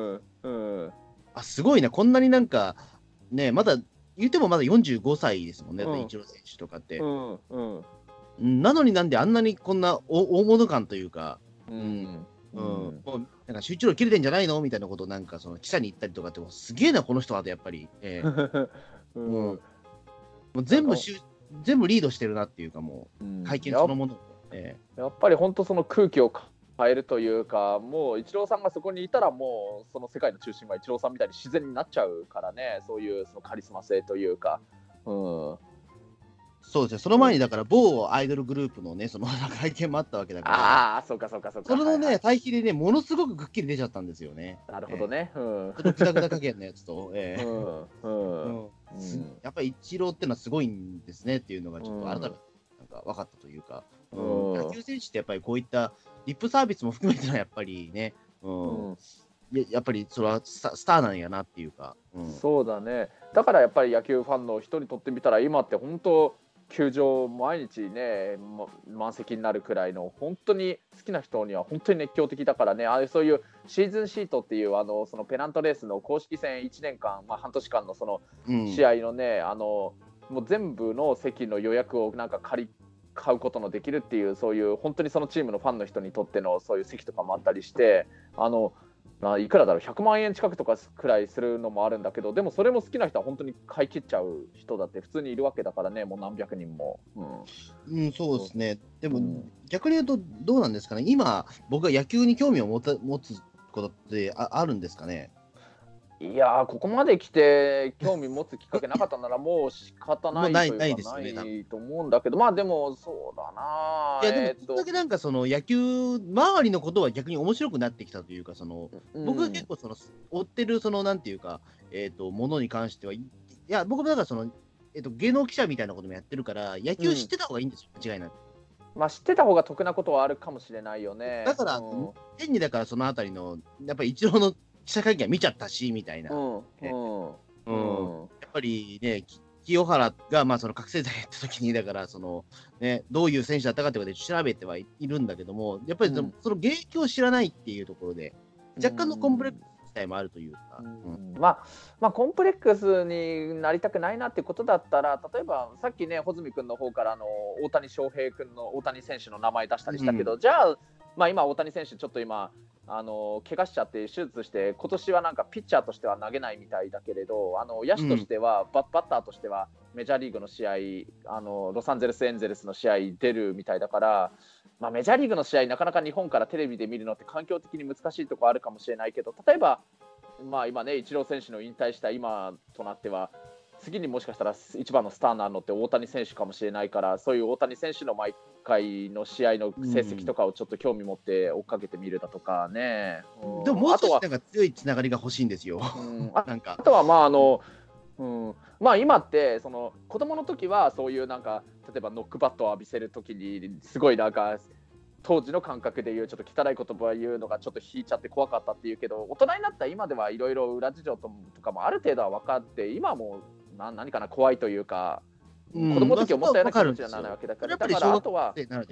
すごいな、こんなになんかね、まだ言ってもまだ45歳ですもんね、イチロー選手とかって。なのになんであんなにこんな大物感というか、もうなんか集中力切れてんじゃないのみたいなことをなんかその記者に言ったりとかって、すげえなこの人はとやっぱり。もう全部リードしてるなっていうか、もう会見そのもの、 やっぱり本当その空気を変えるというか、もうイチローさんがそこにいたらもうその世界の中心はイチローさんみたいに自然になっちゃうからね、そういうそのカリスマ性というか。 そうですね、その前にだから某アイドルグループのね、その会見もあったわけだから、 そうか。 そのね、対比でね、ものすごくくっきり出ちゃったんですよね。 なるほどね。 そのグダグダ加減のやつと、やっぱりイチローってのはすごいんですねっていうのがちょっと改めてなんか分かったというか、野球選手ってやっぱりこういったリップサービスも含めてのやっぱりね、やっぱりそれはスターなんやなっていうか、 そうだね。だからやっぱり野球ファンの人にとってみたら、今って本当球場毎日ね満席になるくらいの本当に好きな人には本当に熱狂的だからね。そういうシーズンシートっていうそのペナントレースの公式戦1年間、半年間のその試合のね、もう全部の席の予約をなんか買うことのできるっていう、そういう本当にそのチームのファンの人にとってのそういう席とかもあったりして、いくらだろう、100万円近くとかくらいするのもあるんだけど、でもそれも好きな人は本当に買い切っちゃう人だって普通にいるわけだからね、もう何百人も。 そうですね。でも、逆に言うとどうなんですかね、今僕が野球に興味を持つことってあるんですかね。 いやー、ここまで来て興味持つきっかけなかったならもう仕方ないというかないと思うんだけど、まあでもそうだな。 いやでもきっかけなんかその野球周りのことは逆に面白くなってきたというか、その僕が結構その追ってるそのなんていうかものに関しては、いや僕もだからその芸能記者みたいなこともやってるから野球知ってた方がいいんですよ、間違いなく。 まあ知ってた方が得なことはあるかもしれないよね。 だから変にだからそのあたりのやっぱり一郎の記者会見は見ちゃったしみたいな。やっぱりね、清原がまあその覚醒剤やった時にだからそのねどういう選手だったかってことで調べてはいるんだけども、やっぱりその現役を知らないっていうところで若干のコンプレックス自体もあるというか、 まあコンプレックスになりたくないなってことだったら、例えばさっきね穂積君の方から大谷翔平君の大谷選手の名前出したりしたけど、じゃあまあ今大谷選手ちょっと今怪我しちゃって手術して今年はなんかピッチャーとしては投げないみたいだけれど、野手としては、バッターとしてはメジャーリーグの試合ロサンゼルスエンゼルスの試合出るみたいだから、まあ、メジャーリーグの試合なかなか日本からテレビで見るのって環境的に難しいところあるかもしれないけど、例えば、まあ、今ねイチロー選手の引退した今となっては次にもしかしたら一番のスターなのって大谷選手かもしれないから、そういう大谷選手の毎回の試合の成績とかをちょっと興味持って追っかけてみるだとかね。 でももう少しなんか強いつながりが欲しいんですよ。 あとはまあまあ今ってその子供の時はそういうなんか例えばノックバットを浴びせる時にすごいなんか当時の感覚で言うちょっと汚い言葉を言うのがちょっと引いちゃって怖かったっていうけど、大人になった今ではいろいろ裏事情とかもある程度は分かって、今も何かな怖いというか、子供の時思ったような気持ちにはならないわけだから、だからあとは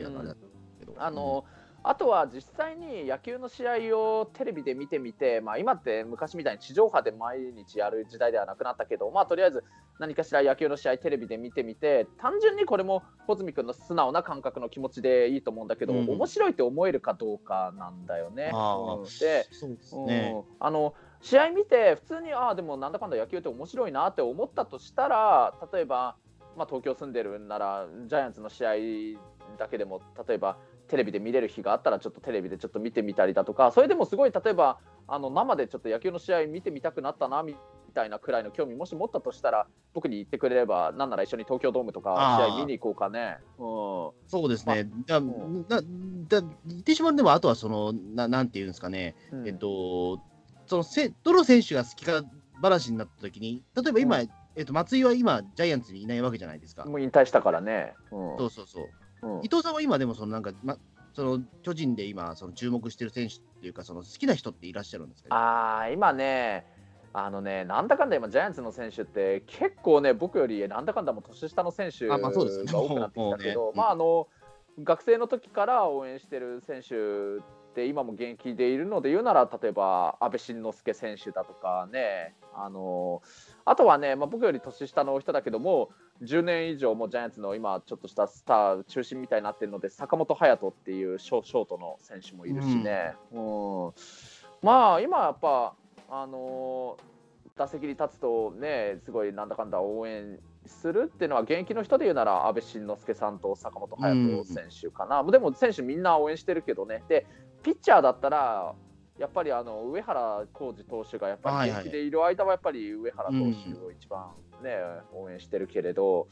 あとは実際に野球の試合をテレビで見てみて、まあ、今って昔みたいに地上波で毎日やる時代ではなくなったけど、まあ、とりあえず何かしら野球の試合テレビで見てみて、単純にこれも穂積君の素直な感覚の気持ちでいいと思うんだけど、面白いって思えるかどうかなんだよね。で、試合見て普通にでもなんだかんだ野球って面白いなって思ったとしたら、例えば、まあ、東京住んでるならジャイアンツの試合だけでも例えばテレビで見れる日があったらちょっとテレビでちょっと見てみたりだとか、それでもすごい例えば生でちょっと野球の試合見てみたくなったなみたいなくらいの興味もし持ったとしたら僕に言ってくれれば、なんなら一緒に東京ドームとか試合見に行こうかね。 そうですね。言ってしまうでもあとはそのなんていうんですかね、そのどの選手が好きか話になった時に、例えば今、松井は今ジャイアンツにいないわけじゃないですか。 もう引退したからね。 そう。伊藤さんは今でもそのなんか、その巨人で今その注目してる選手っていうか、その好きな人っていらっしゃるんですか？ 今ねなんだかんだ今ジャイアンツの選手って結構ね、僕よりなんだかんだも年下の選手が多くなってきたけど、学生の時から応援してる選手で今も現役でいるので言うなら、例えば阿部慎之助選手だとかね、あとはね、僕より年下の人だけども10年以上もジャイアンツの今ちょっとしたスター中心みたいになってるので、坂本勇人っていうショートの選手もいるしね。まあ今やっぱ打席に立つとね、すごいなんだかんだ応援するっていうのは、現役の人で言うなら阿部慎之助さんと坂本勇人選手かな。でも選手みんな応援してるけどね。でピッチャーだったらやっぱり上原浩二投手がやっぱり現役でいる間はやっぱり上原投手を一番ね、応援してるけれど、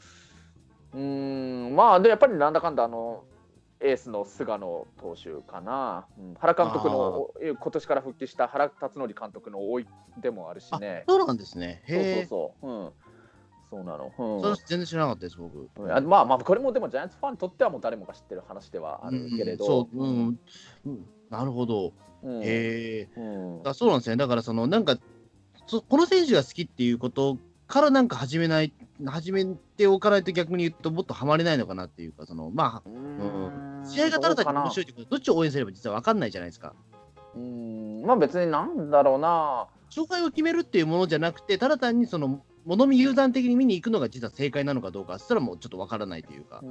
でやっぱりなんだかんだエースの菅野投手かな。原監督の今年から復帰した原辰徳監督の甥いでもあるしね。 そうなんですね。 そうなの。 それ全然知らなかったです僕。 これもでもジャイアンツファンにとってはもう誰もが知ってる話ではあるけれど。 なるほど。そうなんですね。だからそのなんかこの選手が好きっていうことからなんか始めておかないと逆に言うともっとハマれないのかなっていうか、その試合がただ単に面白いってことどっちを応援すれば実は分かんないじゃないですか。 別になんだろうな、 勝敗を決めるっていうものじゃなくて、ただ単にその物見遊山的に見に行くのが実は正解なのかどうか、そしたらもうちょっと分からないというか。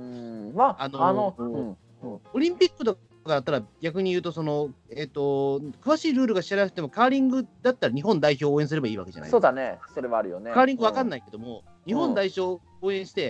オリンピックとかだったら逆に言うとその、詳しいルールが知らなくてもカーリングだったら日本代表を応援すればいいわけじゃないですか。 そうだね、それはあるよね。 カーリング分かんないけども、日本代表を応援して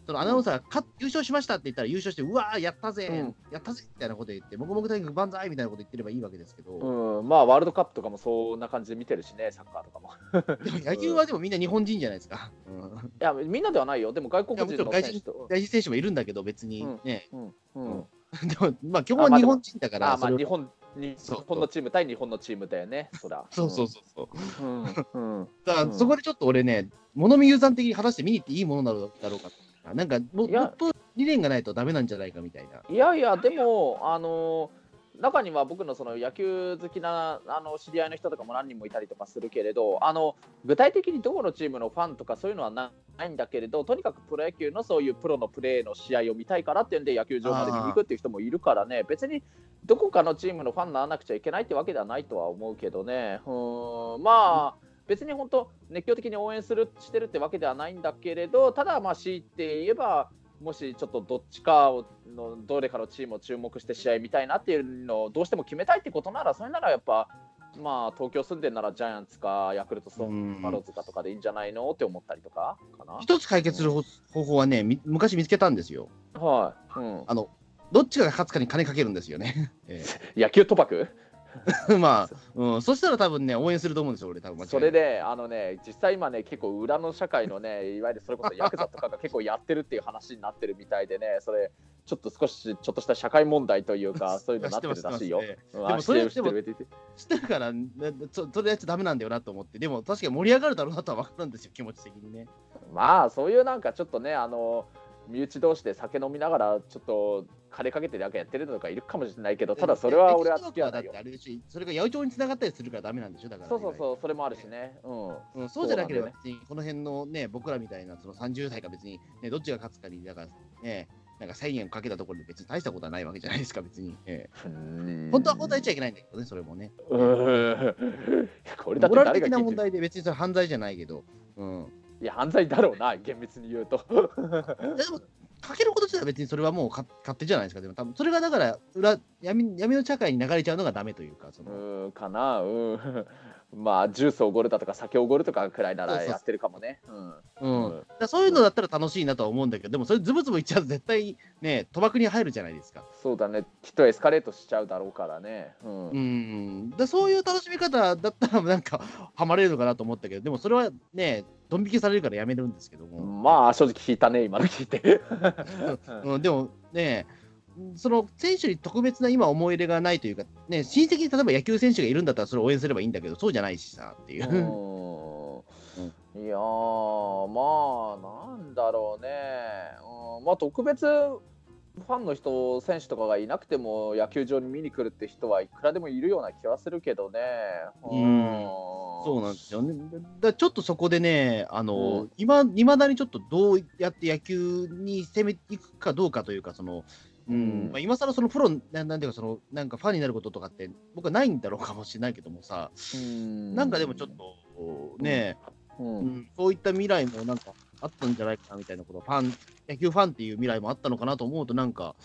そのアナウンサーが優勝しましたって言ったら優勝して、うわー、やったぜ、やったぜみたいなこと言って、もぐもぐ大学万歳みたいなこと言ってればいいわけですけど、 まあワールドカップとかもそんな感じで見てるしね、サッカーとかも。 でも野球はでもみんな日本人じゃないですか。 いや、みんなではないよ、でも外国人の選手と。 外人選手もいるんだけど、別にね。でも、まあ、基本は日本人だから、 日本のチーム対日本のチームだよね、そら。 そう。だから、そこでちょっと俺ね、物見遊山的に果たして見に行っていいものだろうか。なんか、もっと理念がないとダメなんじゃないかみたいな。 いやいや、でも、中には僕のその野球好きな知り合いの人とかも何人もいたりとかするけれど、具体的にどこのチームのファンとかそういうのはないんだけれど、とにかくプロ野球のそういうプロのプレーの試合を見たいからっていうんで野球場まで見に行くっていう人もいるからね、別にどこかのチームのファンにならなくちゃいけないってわけではないとは思うけどね。まあ別に本当熱狂的に応援してるってわけではないんだけれど、ただまあ強いて言えば、もしちょっとどっちかのどれかのチームを注目して試合見たいなっていうのをどうしても決めたいってことなら、それならやっぱまあ東京住んでるならジャイアンツかヤクルトスワローズかとかでいいんじゃないのって思ったりとかかな。 一つ解決する方法はね、昔見つけたんですよ。はい。どっちが勝つかに金かけるんですよね。 野球賭博まあ、そしたら多分ね、応援すると思うんですよ、俺、多分。 それで、実際今ね、結構裏の社会のね、いわゆるそれこそヤクザとかが結構やってるっていう話になってるみたいでね、それ、ちょっとした社会問題というか、そういうのになってるらしいよ。でもそれ、知ってるから、それやっちゃダメなんだよなと思って、でも確かに盛り上がるだろうなとは分かるんですよ、気持ち的にね。 まあ、そういうなんかちょっとね、身内同士で酒飲みながらちょっと金かけてなんかやってるのとかいるかもしれないけど、ただそれは俺は付き合わないよ。 それが八百長に繋がったりするからダメなんでしょ、だから。 そうそれもあるしね。 そうじゃなければ別にこの辺のね、僕らみたいなその30代が別にね、どっちが勝つかにだからね、なんか1000円かけたところで別に大したことはないわけじゃないですか、別に。本当は答えちゃいけないんだけどね、それもね。これだってモラル的な問題で別にそれ犯罪じゃないけど。 いや犯罪だろうな、厳密に言うと。 でもかけること自体は別にそれはもう勝手じゃないですか。でも多分それがだから闇の社会に流れちゃうのがダメというか、 かな。まあジュースおごるだとか酒おごるとかくらいならやってるかもね。 そういうのだったら楽しいなとは思うんだけど、でもそれズブズブいっちゃうと絶対ね、賭博に入るじゃないですか。 そうだね、きっとエスカレートしちゃうだろうからね。 そういう楽しみ方だったらなんかハマれるのかなと思ったけど、でもそれはね、ドン引きされるからやめるんですけども。 まあ正直引いたね、今の聞いて。 でもね、その選手に特別な今思い入れがないというか、ね、親戚に例えば野球選手がいるんだったらそれを応援すればいいんだけど、そうじゃないしさっていう。 いやー、まあなんだろうね。まあ特別ファンの人、選手とかがいなくても野球場に見に来るって人はいくらでもいるような気はするけどね。 そうなんですよね。ちょっとそこでね、いまだにちょっとどうやって野球に攻めていくかどうかというか、今更そのプロなんていうかなんかファンになることとかって僕はないんだろうかもしれないけどもさ、なんかでもちょっとね、そういった未来もなんかあったんじゃないかなみたいなこと、野球ファンっていう未来もあったのかなと思うと、なんか、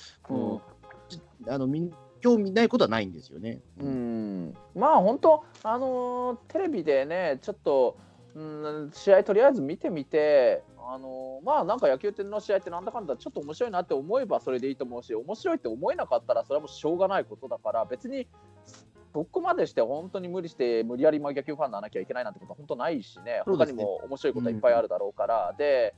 興味ないことはないんですよね。 まあ本当、テレビでね、ちょっと、試合とりあえず見てみて、まあなんか野球の試合ってなんだかんだちょっと面白いなって思えばそれでいいと思うし、面白いって思えなかったらそれはもうしょうがないことだから、別にそこまでして本当に無理して無理やり野球ファンにならなきゃいけないなんてことは本当ないしね、他にも面白いことはいっぱいあるだろうから、で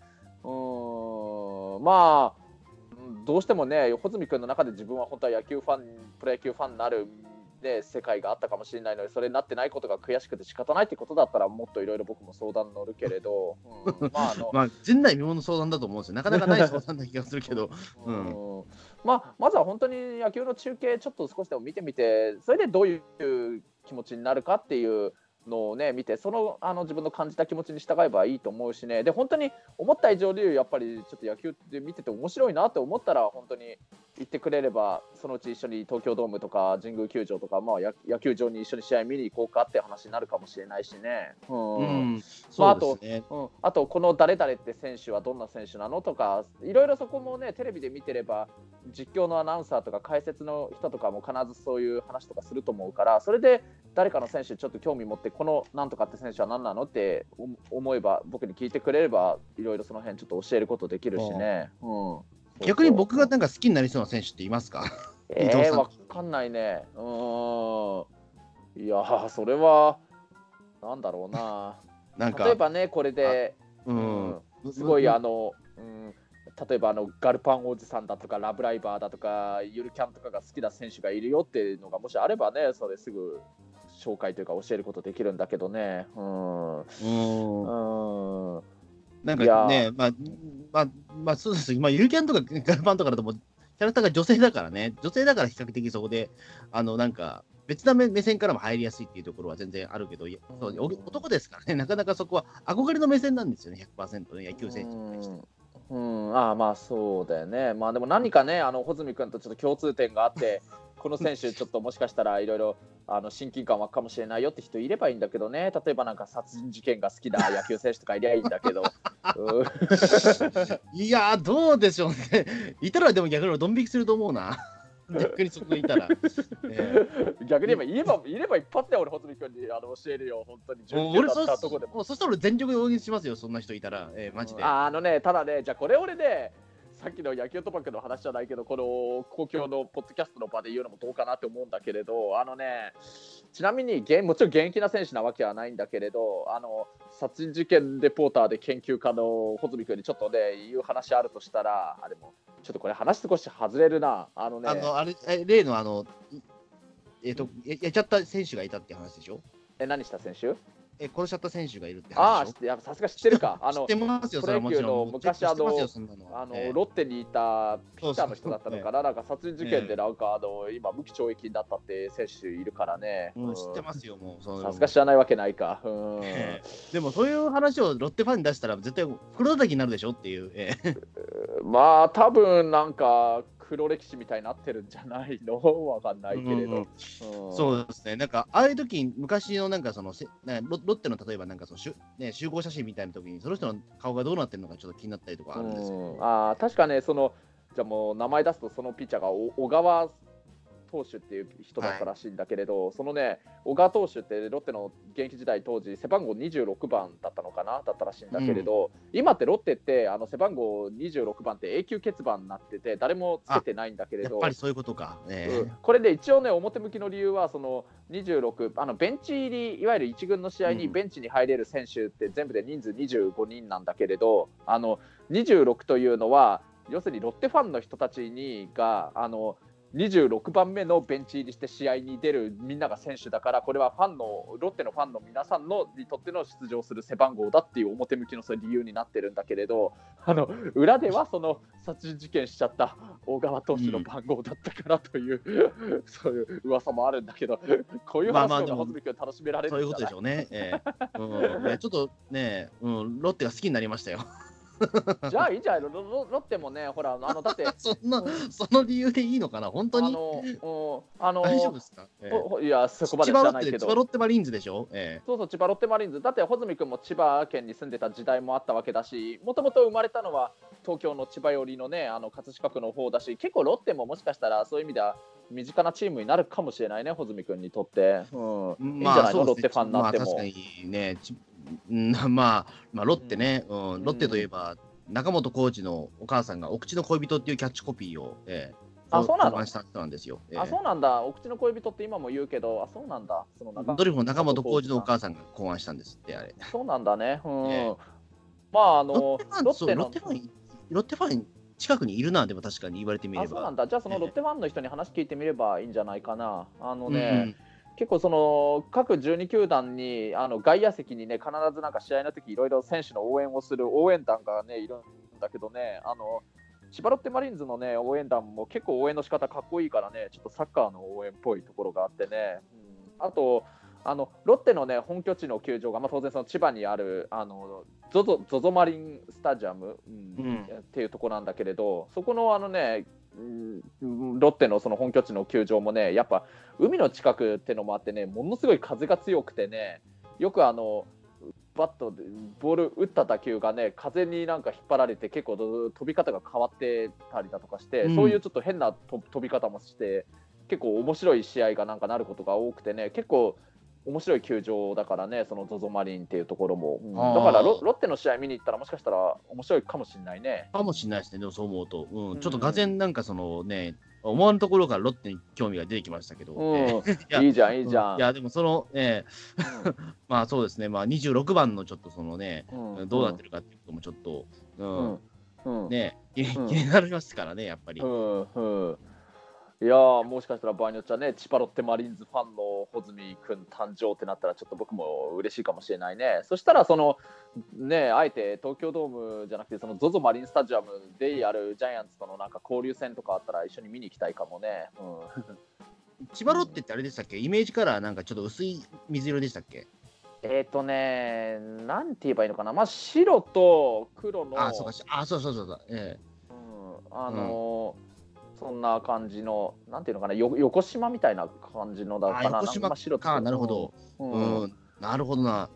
まあどうしてもね、穂積君の中で自分は本当はプロ野球ファンになる、ね、世界があったかもしれないので、それになってないことが悔しくて仕方ないってことだったらもっといろいろ僕も相談乗るけれど、 前代未聞の相談だと思うんですよ。なかなかない相談な気がするけど、 まずは本当に野球の中継ちょっと少しでも見てみて、それでどういう気持ちになるかっていうのをね見て、自分の感じた気持ちに従えばいいと思うしね。で本当に思った以上にやっぱりちょっと野球って見てて面白いなって思ったら本当に言ってくれればそのうち一緒に東京ドームとか神宮球場とか、まあ、野球場に一緒に試合見に行こうかって話になるかもしれないしね。あとこの誰々って選手はどんな選手なのとかいろいろそこもねテレビで見てれば実況のアナウンサーとか解説の人とかも必ずそういう話とかすると思うからそれで誰かの選手ちょっと興味持ってこのなんとかって選手は何なのって思えば僕に聞いてくれればいろいろその辺ちょっと教えることできるしね。 逆に僕がなんか好きになりそうな選手っていますか？ わかんないね。いやそれはなんだろうな。なんか例えばねこれですごい例えばガルパンおじさんだとかラブライバーだとかゆるキャンとかが好きな選手がいるよっていうのがもしあればねそれすぐ紹介というか教えることできるんだけどね。 なんかね、そうです。今、ゆるキャンとかガルパンとかだともう、キャラクターが女性だからね、女性だから比較的そこで、なんか、別な目線からも入りやすいっていうところは全然あるけど、男ですからね、なかなかそこは憧れの目線なんですよね、100% ね、野球選手に対して。 まあそうだよね。まあでも何かね、穂積君とちょっと共通点があって、この選手ちょっともしかしたらいろいろ親近感湧くかもしれないよって人いればいいんだけどね。例えばなんか殺人事件が好きな野球選手とかいりゃいいんだけど。 いやどうでしょうね。いたらでも逆にドン引きすると思うな。逆にそこにいたら。 逆に言えば一発で俺、穂積君に教えるよ、本当に。 俺そしたら俺全力で応援しますよ、そんな人いたら、マジで。 ただね、じゃあこれ俺で、さっきの野球賭博の話じゃないけど、この公共のポッドキャストの場で言うのもどうかなって思うんだけれど、ちなみにもちろん現役な選手なわけはないんだけれど、殺人事件レポーターで研究家の穂積君にちょっとね、言う話あるとしたら、でもちょっとこれ話少し外れるな。 例のやっちゃった選手がいたって話でしょ？ 何した選手？ 殺しちゃった選手がいるって話でしょ？ さすが知ってるか。 知ってますよ、それはもちろん。 昔ロッテにいたピッチャーの人だったのかな、なんか殺人事件でなんか今無期懲役になったって選手いるからね。 知ってますよ、もう。 さすが知らないわけないか。 でもそういう話をロッテファンに出したら絶対黒叩きになるでしょっていう。 まあ多分なんか黒歴史みたいになってるんじゃないの？わかんないけれど。 そうですね。なんかああいう時昔のなんかロッテの例えばなんか集合写真みたいな時にその人の顔がどうなってるのかちょっと気になったりとかあるんですよ。 確かねじゃあもう名前出すとそのピッチャーが小川投手っていう人だったらしいんだけれど、そのね小川投手ってロッテの現役時代当時背番号26番だったのかなだったらしいんだけれど、今ってロッテって背番号26番って永久欠番になってて誰もつけてないんだけれど、 やっぱりそういうことか、 これで一応ね表向きの理由はその26ベンチ入りいわゆる1軍の試合にベンチに入れる選手って全部で人数25人なんだけれど、26というのは要するにロッテファンの人たちが26番目のベンチ入りして試合に出るみんなが選手だから、これはロッテのファンの皆さんにとっての出場する背番号だっていう表向きのそれ理由になってるんだけれど、裏ではその殺人事件しちゃった小川投手の番号だったからという、そういう噂もあるんだけど、こういう話の方が穂積君楽しめられるんじゃない？ そういうことでしょうね。ちょっとね、ロッテが好きになりましたよ。 じゃあいいじゃん。ロッテもね、ほらだってその理由でいいのかな本当に。大丈夫ですか？ いやそこまで知らないけど。 千葉ロッテマリーンズでしょ？ そう千葉ロッテマリーンズだって穂積君も千葉県に住んでた時代もあったわけだし、もともと生まれたのは東京の千葉寄りのね葛飾区の方だし、結構ロッテももしかしたらそういう意味では身近なチームになるかもしれないね、穂積君にとって。いいんじゃないの、ロッテファンになっても。 確かにね。まあロッテね、ロッテといえば中本浩二のお母さんがお口の恋人っていうキャッチコピーをそうなの？ した人なんですよ。 そうなんだ。お口の恋人って今も言うけど、そうなんだ。 ドリフの中本浩二のお母さんが考案したんですってあれ。 そうなんだね。まあロッテファン近くにいるな、でも確かに言われてみれば。 そうなんだ。じゃあそのロッテファンの人に話聞いてみればいいんじゃないかな。結構その各12球団に外野席にね必ずなんか試合の時いろいろ選手の応援をする応援団がねいるんだけどね、千葉ロッテマリーンズのね応援団も結構応援の仕方かっこいいからね、ちょっとサッカーの応援っぽいところがあってね、あとロッテのね本拠地の球場が、当然その千葉にあるZOZOマリンスタジアム、っていうところなんだけれど、そこのロッテのその本拠地の球場もね、やっぱ海の近くってのもあってね、ものすごい風が強くてね、よくバットでボール打った打球がね、風になんか引っ張られて結構飛び方が変わってたりだとかして、そういうちょっと変な飛び方もして、結構面白い試合がなんかなることが多くてね、結構面白い球場だからね、その ZOZO マリンっていうところも、だからロッテの試合見に行ったらもしかしたら面白いかもしれないね。 かもしれないですね、でもそう思うと、ちょっとがぜんなんかそのね、思わぬところからロッテに興味が出てきましたけど、 いいじゃんいいじゃん。 いやでもそのまあそうですね、まあ26番のちょっとそのね、どうなってるかっていうこともちょっと、ね気になりますからね、やっぱり。 いやー、もしかしたら場合によっちゃね、千葉ロッテマリーンズファンの穂積君誕生ってなったら、ちょっと僕も嬉しいかもしれないね。そしたら、そのね、あえて東京ドームじゃなくて、その ZOZO マリンスタジアムでやるジャイアンツとのなんか交流戦とかあったら、一緒に見に行きたいかもね。 千葉ロッテってあれでしたっけ、イメージカラーなんかちょっと薄い水色でしたっけ？ なんて言えばいいのかな、まあ、白と黒の。 そうそうそう。 そんな感じの、なんていうのかな、横島みたいな感じのだかな。 横島か、なるほど。なるほどな。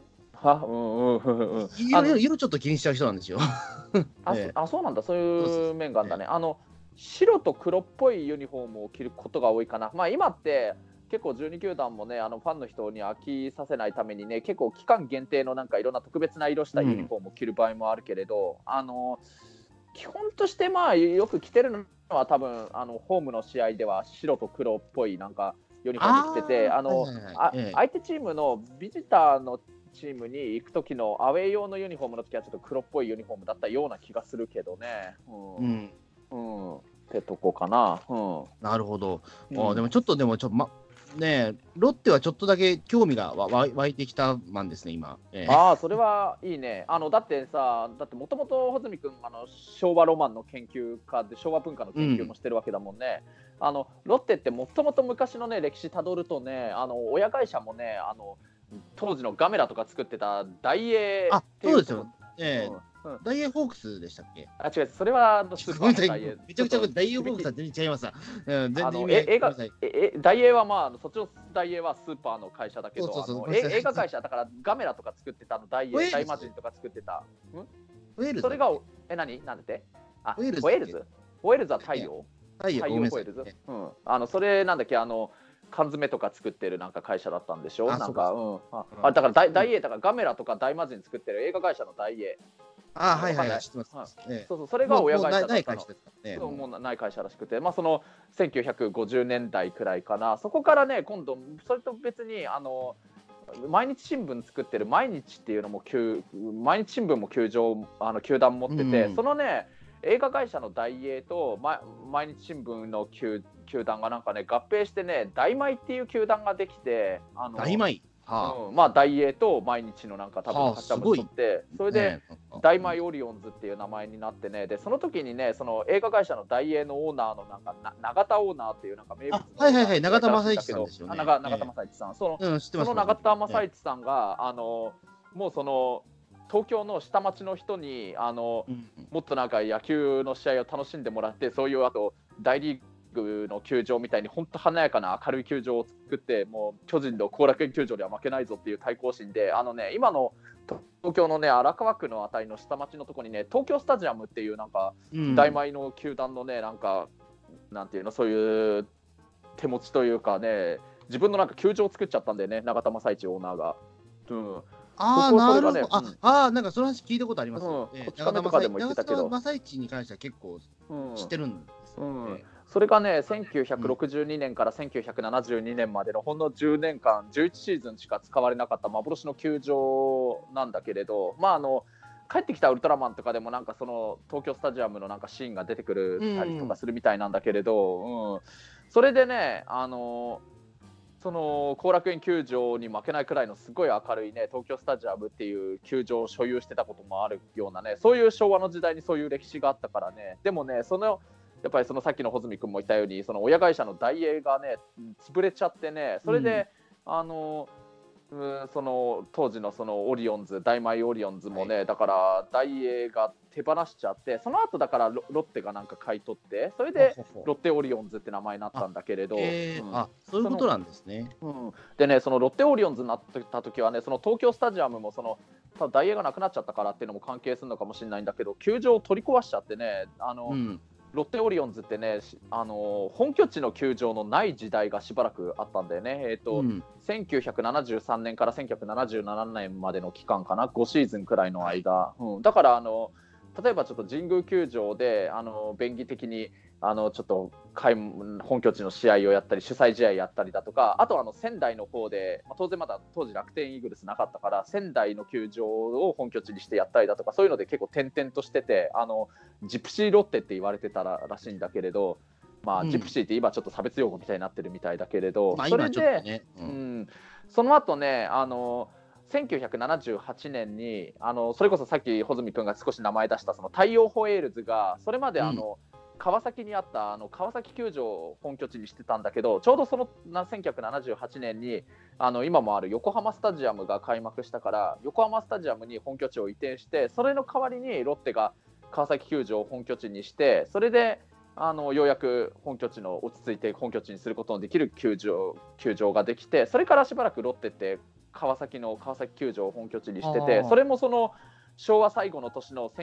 色ちょっと気にしちゃう人なんですよ。 そうなんだ、そういう面があるんだね。白と黒っぽいユニフォームを着ることが多いかな。まあ今って結構12球団もね、ファンの人に飽きさせないためにね、結構期間限定のなんかいろんな特別な色したユニフォームを着る場合もあるけれど、基本としてまあよく着てるのは多分ホームの試合では白と黒っぽいなんかユニフォーム着てて、相手チームのビジターのチームに行く時のアウェー用のユニフォームの時はちょっと黒っぽいユニフォームだったような気がするけどね。ってとこかな。 なるほど。でもちょっとね、ロッテはちょっとだけ興味が湧いてきたマンですね、今。 それはいいね。だってもともと穂積君昭和ロマンの研究家で昭和文化の研究もしてるわけだもんね。ロッテってもともと昔のね歴史たどるとね、親会社もね当時のガメラとか作ってた大英っていう。 そうですよ。ダイエーホークスでしたっけ？ 違う、それはスーパーのダイエー。めちゃくちゃダイエーホークスは全然違います。 ダイエーはまあそっちのダイエーはスーパーの会社だけど、映画会社だからガメラとか作ってたダイエー、大魔神とか作ってた。それが何なんて？ホエールズ？ホエールズは太陽？太陽ホエールズ？それなんだっけ缶詰とか作ってるなんか会社だったんでしょ。なんかだからダイエーだからガメラとか大魔神作ってる映画会社のダイエー。 はい、知ってます。 そうそれが親会社だったの。 ない会社ですからね。 もうない会社らしくて、まあその1950年代くらいかな。そこからね今度それと別に毎日新聞作ってる毎日っていうのも毎日新聞も球団持ってて、そのね映画会社のダイエーと毎日新聞の球団がなんかね合併してね大米っていう球団ができて、 大米まあダイエーと毎日のなんか多分頭文字取って、それで大米オリオンズっていう名前になってね、でその時にねその映画会社のダイエーのオーナーのなんか永田オーナーっていうなんか名物の永田正一さんですよね。 永田正一さん、その永田正一さんがもうその東京の下町の人にもっとなんか野球の試合を楽しんでもらって、そういうあと大リーグの球場みたいに本当華やかな明るい球場を作って、もう巨人の後楽園球場では負けないぞっていう対抗心で今の東京のね荒川区のあたりの下町のところにね東京スタジアムっていうなんか大米の球団のねなんかなんていうのそういう手持ちというかね自分のなんか球場を作っちゃったんだよね、永田正一オーナーが。 なるほど。なんかその話聞いたことあります。 永田正一に関しては結構知ってるんですよ。 それがね1962年から1972年までのほんの10年間11シーズンしか使われなかった幻の球場なんだけれど、まあ帰ってきたウルトラマンとかでもなんかその東京スタジアムのなんかシーンが出てくるたりとかするみたいなんだけれど、それでねその後楽園球場に負けないくらいのすごい明るいね東京スタジアムっていう球場を所有してたこともあるようなね、そういう昭和の時代にそういう歴史があったからね。でもねやっぱりそのさっきの穂積君も言ったようにその親会社のダイエーがね潰れちゃってね、それで、 その当時のそのオリオンズ、大米オリオンズもね、はい、だから大英が手放しちゃって、その後だからロッテがなんか買い取って、それでロッテオリオンズって名前になったんだけれど、 そういうことなんですね。 でね、そのロッテオリオンズになった時はね、その東京スタジアムもその大英がなくなっちゃったからっていうのも関係するのかもしれないんだけど、球場を取り壊しちゃってね、ロッテオリオンズってね、本拠地の球場のない時代がしばらくあったんだよね。1973年から1977年までの期間かな、5シーズンくらいの間。だから例えばちょっと神宮球場で便宜的にちょっと本拠地の試合をやったり主催試合やったりだとか、あと仙台の方で、当然まだ当時楽天イーグルスなかったから仙台の球場を本拠地にしてやったりだとか、そういうので結構転々としてて、ジプシーロッテって言われてたらしいんだけれど、ジプシーって今ちょっと差別用語みたいになってるみたいだけれど、それで、その後ね1978年にそれこそさっき穂積君が少し名前出したその太陽ホエールズがそれまで川崎にあった川崎球場を本拠地にしてたんだけど、ちょうどその1978年に今もある横浜スタジアムが開幕したから、横浜スタジアムに本拠地を移転して、それの代わりにロッテが川崎球場を本拠地にして、それでようやく本拠地の落ち着いて本拠地にすることのできる球場ができて、それからしばらくロッテって川崎球場を本拠地にしてて、それもその昭和最後の年の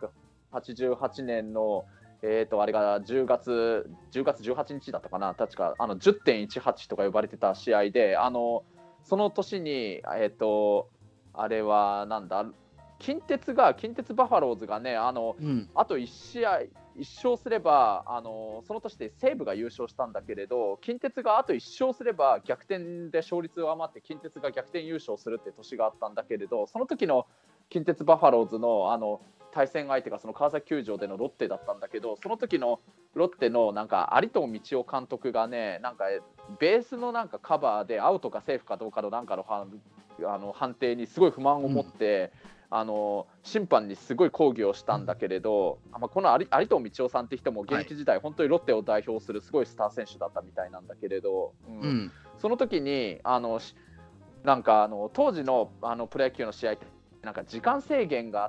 1988年のあれが10月18日だったかな、確か10.18 とか呼ばれてた試合で、その年にあれはなんだ、近鉄バファローズがねあと1試合1勝すればその年で西武が優勝したんだけれど、近鉄があと1勝すれば逆転で勝率が上回って近鉄が逆転優勝するって年があったんだけれど、その時の近鉄バファローズの対戦相手がその川崎球場でのロッテだったんだけど、その時のロッテのなんか有藤道夫監督がね、なんかベースのなんかカバーでアウトかセーフかどうかのなんかの判定にすごい不満を持って、審判にすごい抗議をしたんだけれど、この有藤道夫さんって人も現役時代、本当にロッテを代表するすごいスター選手だったみたいなんだけれど、その時になんか当時のプロ野球の試合ってなんか時間制限があって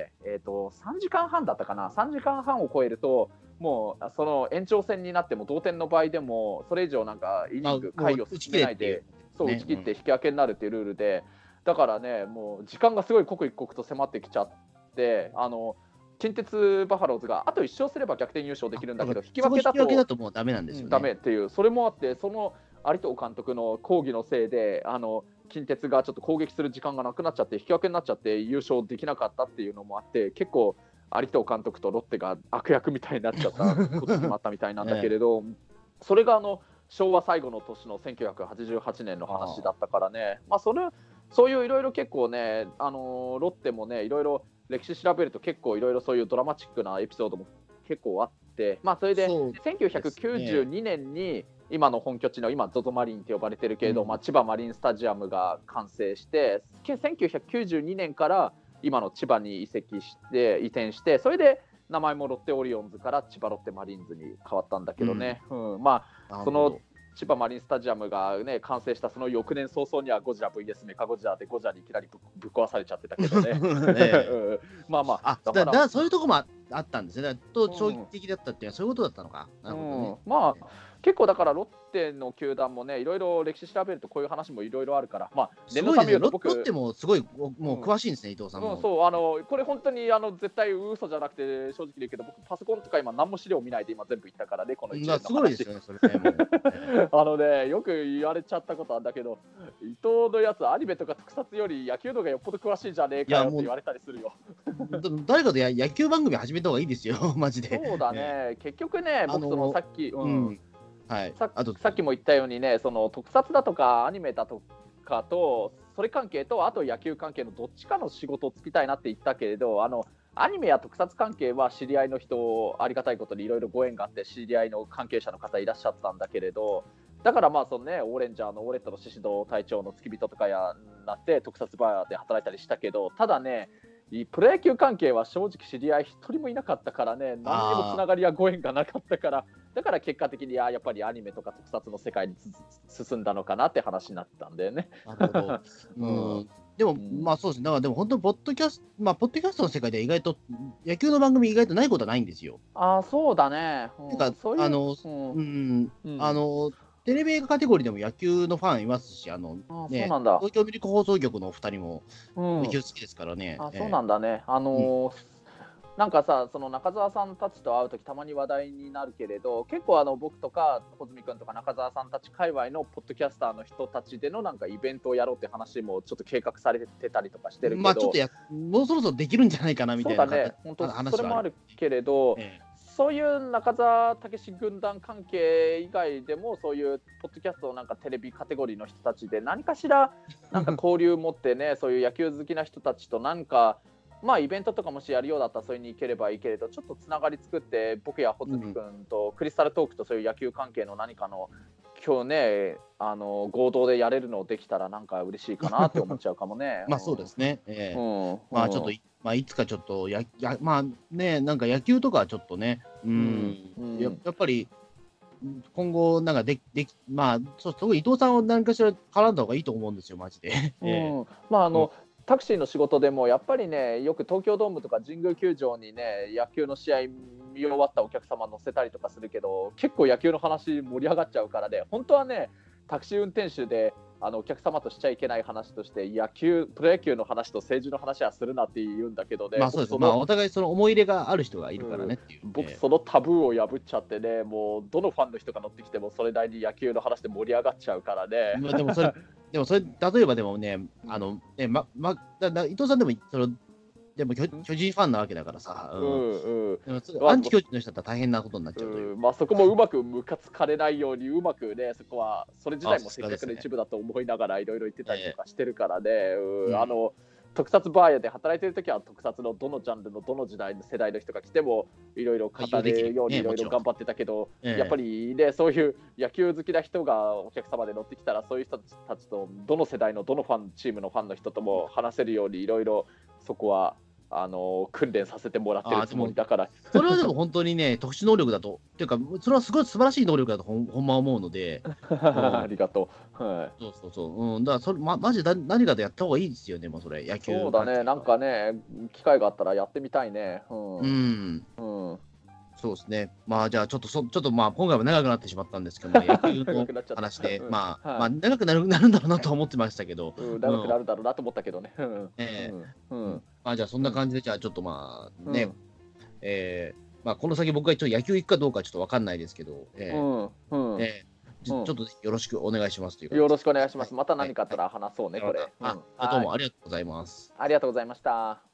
、3時間半だったかな、3時間半を超えるともうその延長戦になっても同点の場合でもそれ以上なんかイニング回を進めないで打ち切って引き分けになるっていうルールで、だからねもう時間がすごい刻一刻と迫ってきちゃって、近鉄バファローズがあと1勝すれば逆転優勝できるんだけど、引き分けだともうダメなんですよね。 ダメっていう、それもあって、その有藤監督の抗議のせいで近鉄がちょっと攻撃する時間がなくなっちゃって引き分けになっちゃって優勝できなかったっていうのもあって、結構有藤監督とロッテが悪役みたいになっちゃったことにもあったみたいなんだけれど、それが昭和最後の年の1988年の話だったからね、そういういろいろ結構ねロッテもねいろいろ歴史調べると結構いろいろそういうドラマチックなエピソードも結構あって、それで1992年に今の本拠地の今 ZOZO マリンって呼ばれてるけれど、千葉マリンスタジアムが完成して、1992年から今の千葉に移転して、それで名前もロッテオリオンズから千葉ロッテマリーンズに変わったんだけどね、その千葉マリンスタジアムが、ね、完成したその翌年早々にはゴジラ VS メカゴジラでゴジラにいきなり ぶっ壊されちゃってたけどねだからそういうとこもあったんですね。衝撃的だったっていうのはそういうことだったのか。なるほどね。 結構だからロッテの球団もねいろいろ歴史調べるとこういう話もいろいろあるから、 念のため言うと僕ロッテもすごいもう詳しいんですね、伊藤さんも。 そうこれ本当に絶対嘘じゃなくて正直言うけど、僕パソコンとか今何も資料見ないで今全部言ったからね、この1年の話。 すごいですよねそれね。 よく言われちゃったことあるんだけど、伊藤のやつアニメとか特撮より野球の方がよっぽど詳しいじゃねえかよって言われたりするよ。 誰かと野球番組始めた方がいいですよマジで。 そうだね、結局ね僕そのさっきさっきも言ったようにね、その特撮だとかアニメだとかとそれ関係とあと野球関係のどっちかの仕事をつきたいなって言ったけれど、アニメや特撮関係は知り合いの人ありがたいことにいろいろご縁があって知り合いの関係者の方いらっしゃったんだけれど、だからそのねオーレンジャーのオーレットの宍戸隊長の付き人とかやなって特撮バーで働いたりしたけど、ただねプロ野球関係は正直知り合い一人もいなかったからね、何にもつながりやご縁がなかったから、だから結果的にやっぱりアニメとか特撮の世界に進んだのかなって話になったんだよね。 なるほど。でも、まあそうですね。だからでも本当にポッドキャストの世界では意外と野球の番組意外とないことはないんですよ。 そうだね。 そういうテレビ映画カテゴリーでも野球のファンいますし、 そうなんだ。 東京ミルク放送局のお二人も野球好きですからね。 そうなんだね。なんかさ、その中澤さんたちと会うときたまに話題になるけれど、結構僕とか穂積君とか中澤さんたち界隈のポッドキャスターの人たちでのなんかイベントをやろうって話もちょっと計画されてたりとかしてるけど、 まあちょっともうそろそろできるんじゃないかなみたいな。 そうだね、本当それもあるけれど、そういう中澤武史軍団関係以外でもそういうポッドキャストのなんかテレビカテゴリーの人たちで何かしらなんか交流を持ってねそういう野球好きな人たちとなんかまあイベントとかもしやるようだったらそれに行ければいいけれど、ちょっとつながり作って僕や穂積君とクリスタルトークとそういう野球関係の何かの今日ね合同でやれるのできたらなんか嬉しいかなって思っちゃうかもね。 まあそうですね。まあちょっといつかちょっとまあねなんか野球とかはちょっとねやっぱり今後なんかまあすごい伊藤さんを何かしら絡んだ方がいいと思うんですよマジで。 まあタクシーの仕事でもやっぱりねよく東京ドームとか神宮球場にね野球の試合見終わったお客様乗せたりとかするけど結構野球の話盛り上がっちゃうからね本当はねタクシー運転手でお客様としちゃいけない話としてプロ野球の話と政治の話はするなって言うんだけどね。 まあそうです。まあお互いその思い入れがある人がいるからねっていう。 僕そのタブーを破っちゃってねもうどのファンの人が乗ってきてもそれなりに野球の話で盛り上がっちゃうからね。 でもそれ例えばでもね伊藤さんでもでも巨人ファンなわけだからさ、アンチ巨人の人だったら大変なことになっちゃうという。 まあそこもうまくムカつかれないようにうまくねそこはそれ自体も接客の一部だと思いながらいろいろ言ってたりとかしてるからね。特撮バーヤで働いてる時は特撮のどのジャンルのどの時代の世代の人が来てもいろいろ語れるようにいろいろ頑張ってたけど、やっぱりねそういう野球好きな人がお客様で乗ってきたらそういう人たちとどの世代のどのチームのファンの人とも話せるようにいろいろそこは訓練させてもらってるつもりだから。 それはでも本当にね特殊能力だとっていうかそれはすごい素晴らしい能力だとほんま思うのでありがとう。 だからそれマジで何かでやった方がいいですよねもうそれ野球。 そうだねなんかね機会があったらやってみたいね。 そうですね。まあじゃあちょっとまあ今回は長くなってしまったんですけど、野球の話でまあ長くなるんだろうなと思ってましたけど、 長くなるだろうなと思ったけどね。 まあじゃあそんな感じでじゃあちょっとまあねまあこの先僕が一応野球行くかどうかちょっと分かんないですけど、ちょっとよろしくお願いしますというか。 よろしくお願いします。また何かあったら話そうねこれ。 どうもありがとうございます。 ありがとうございました。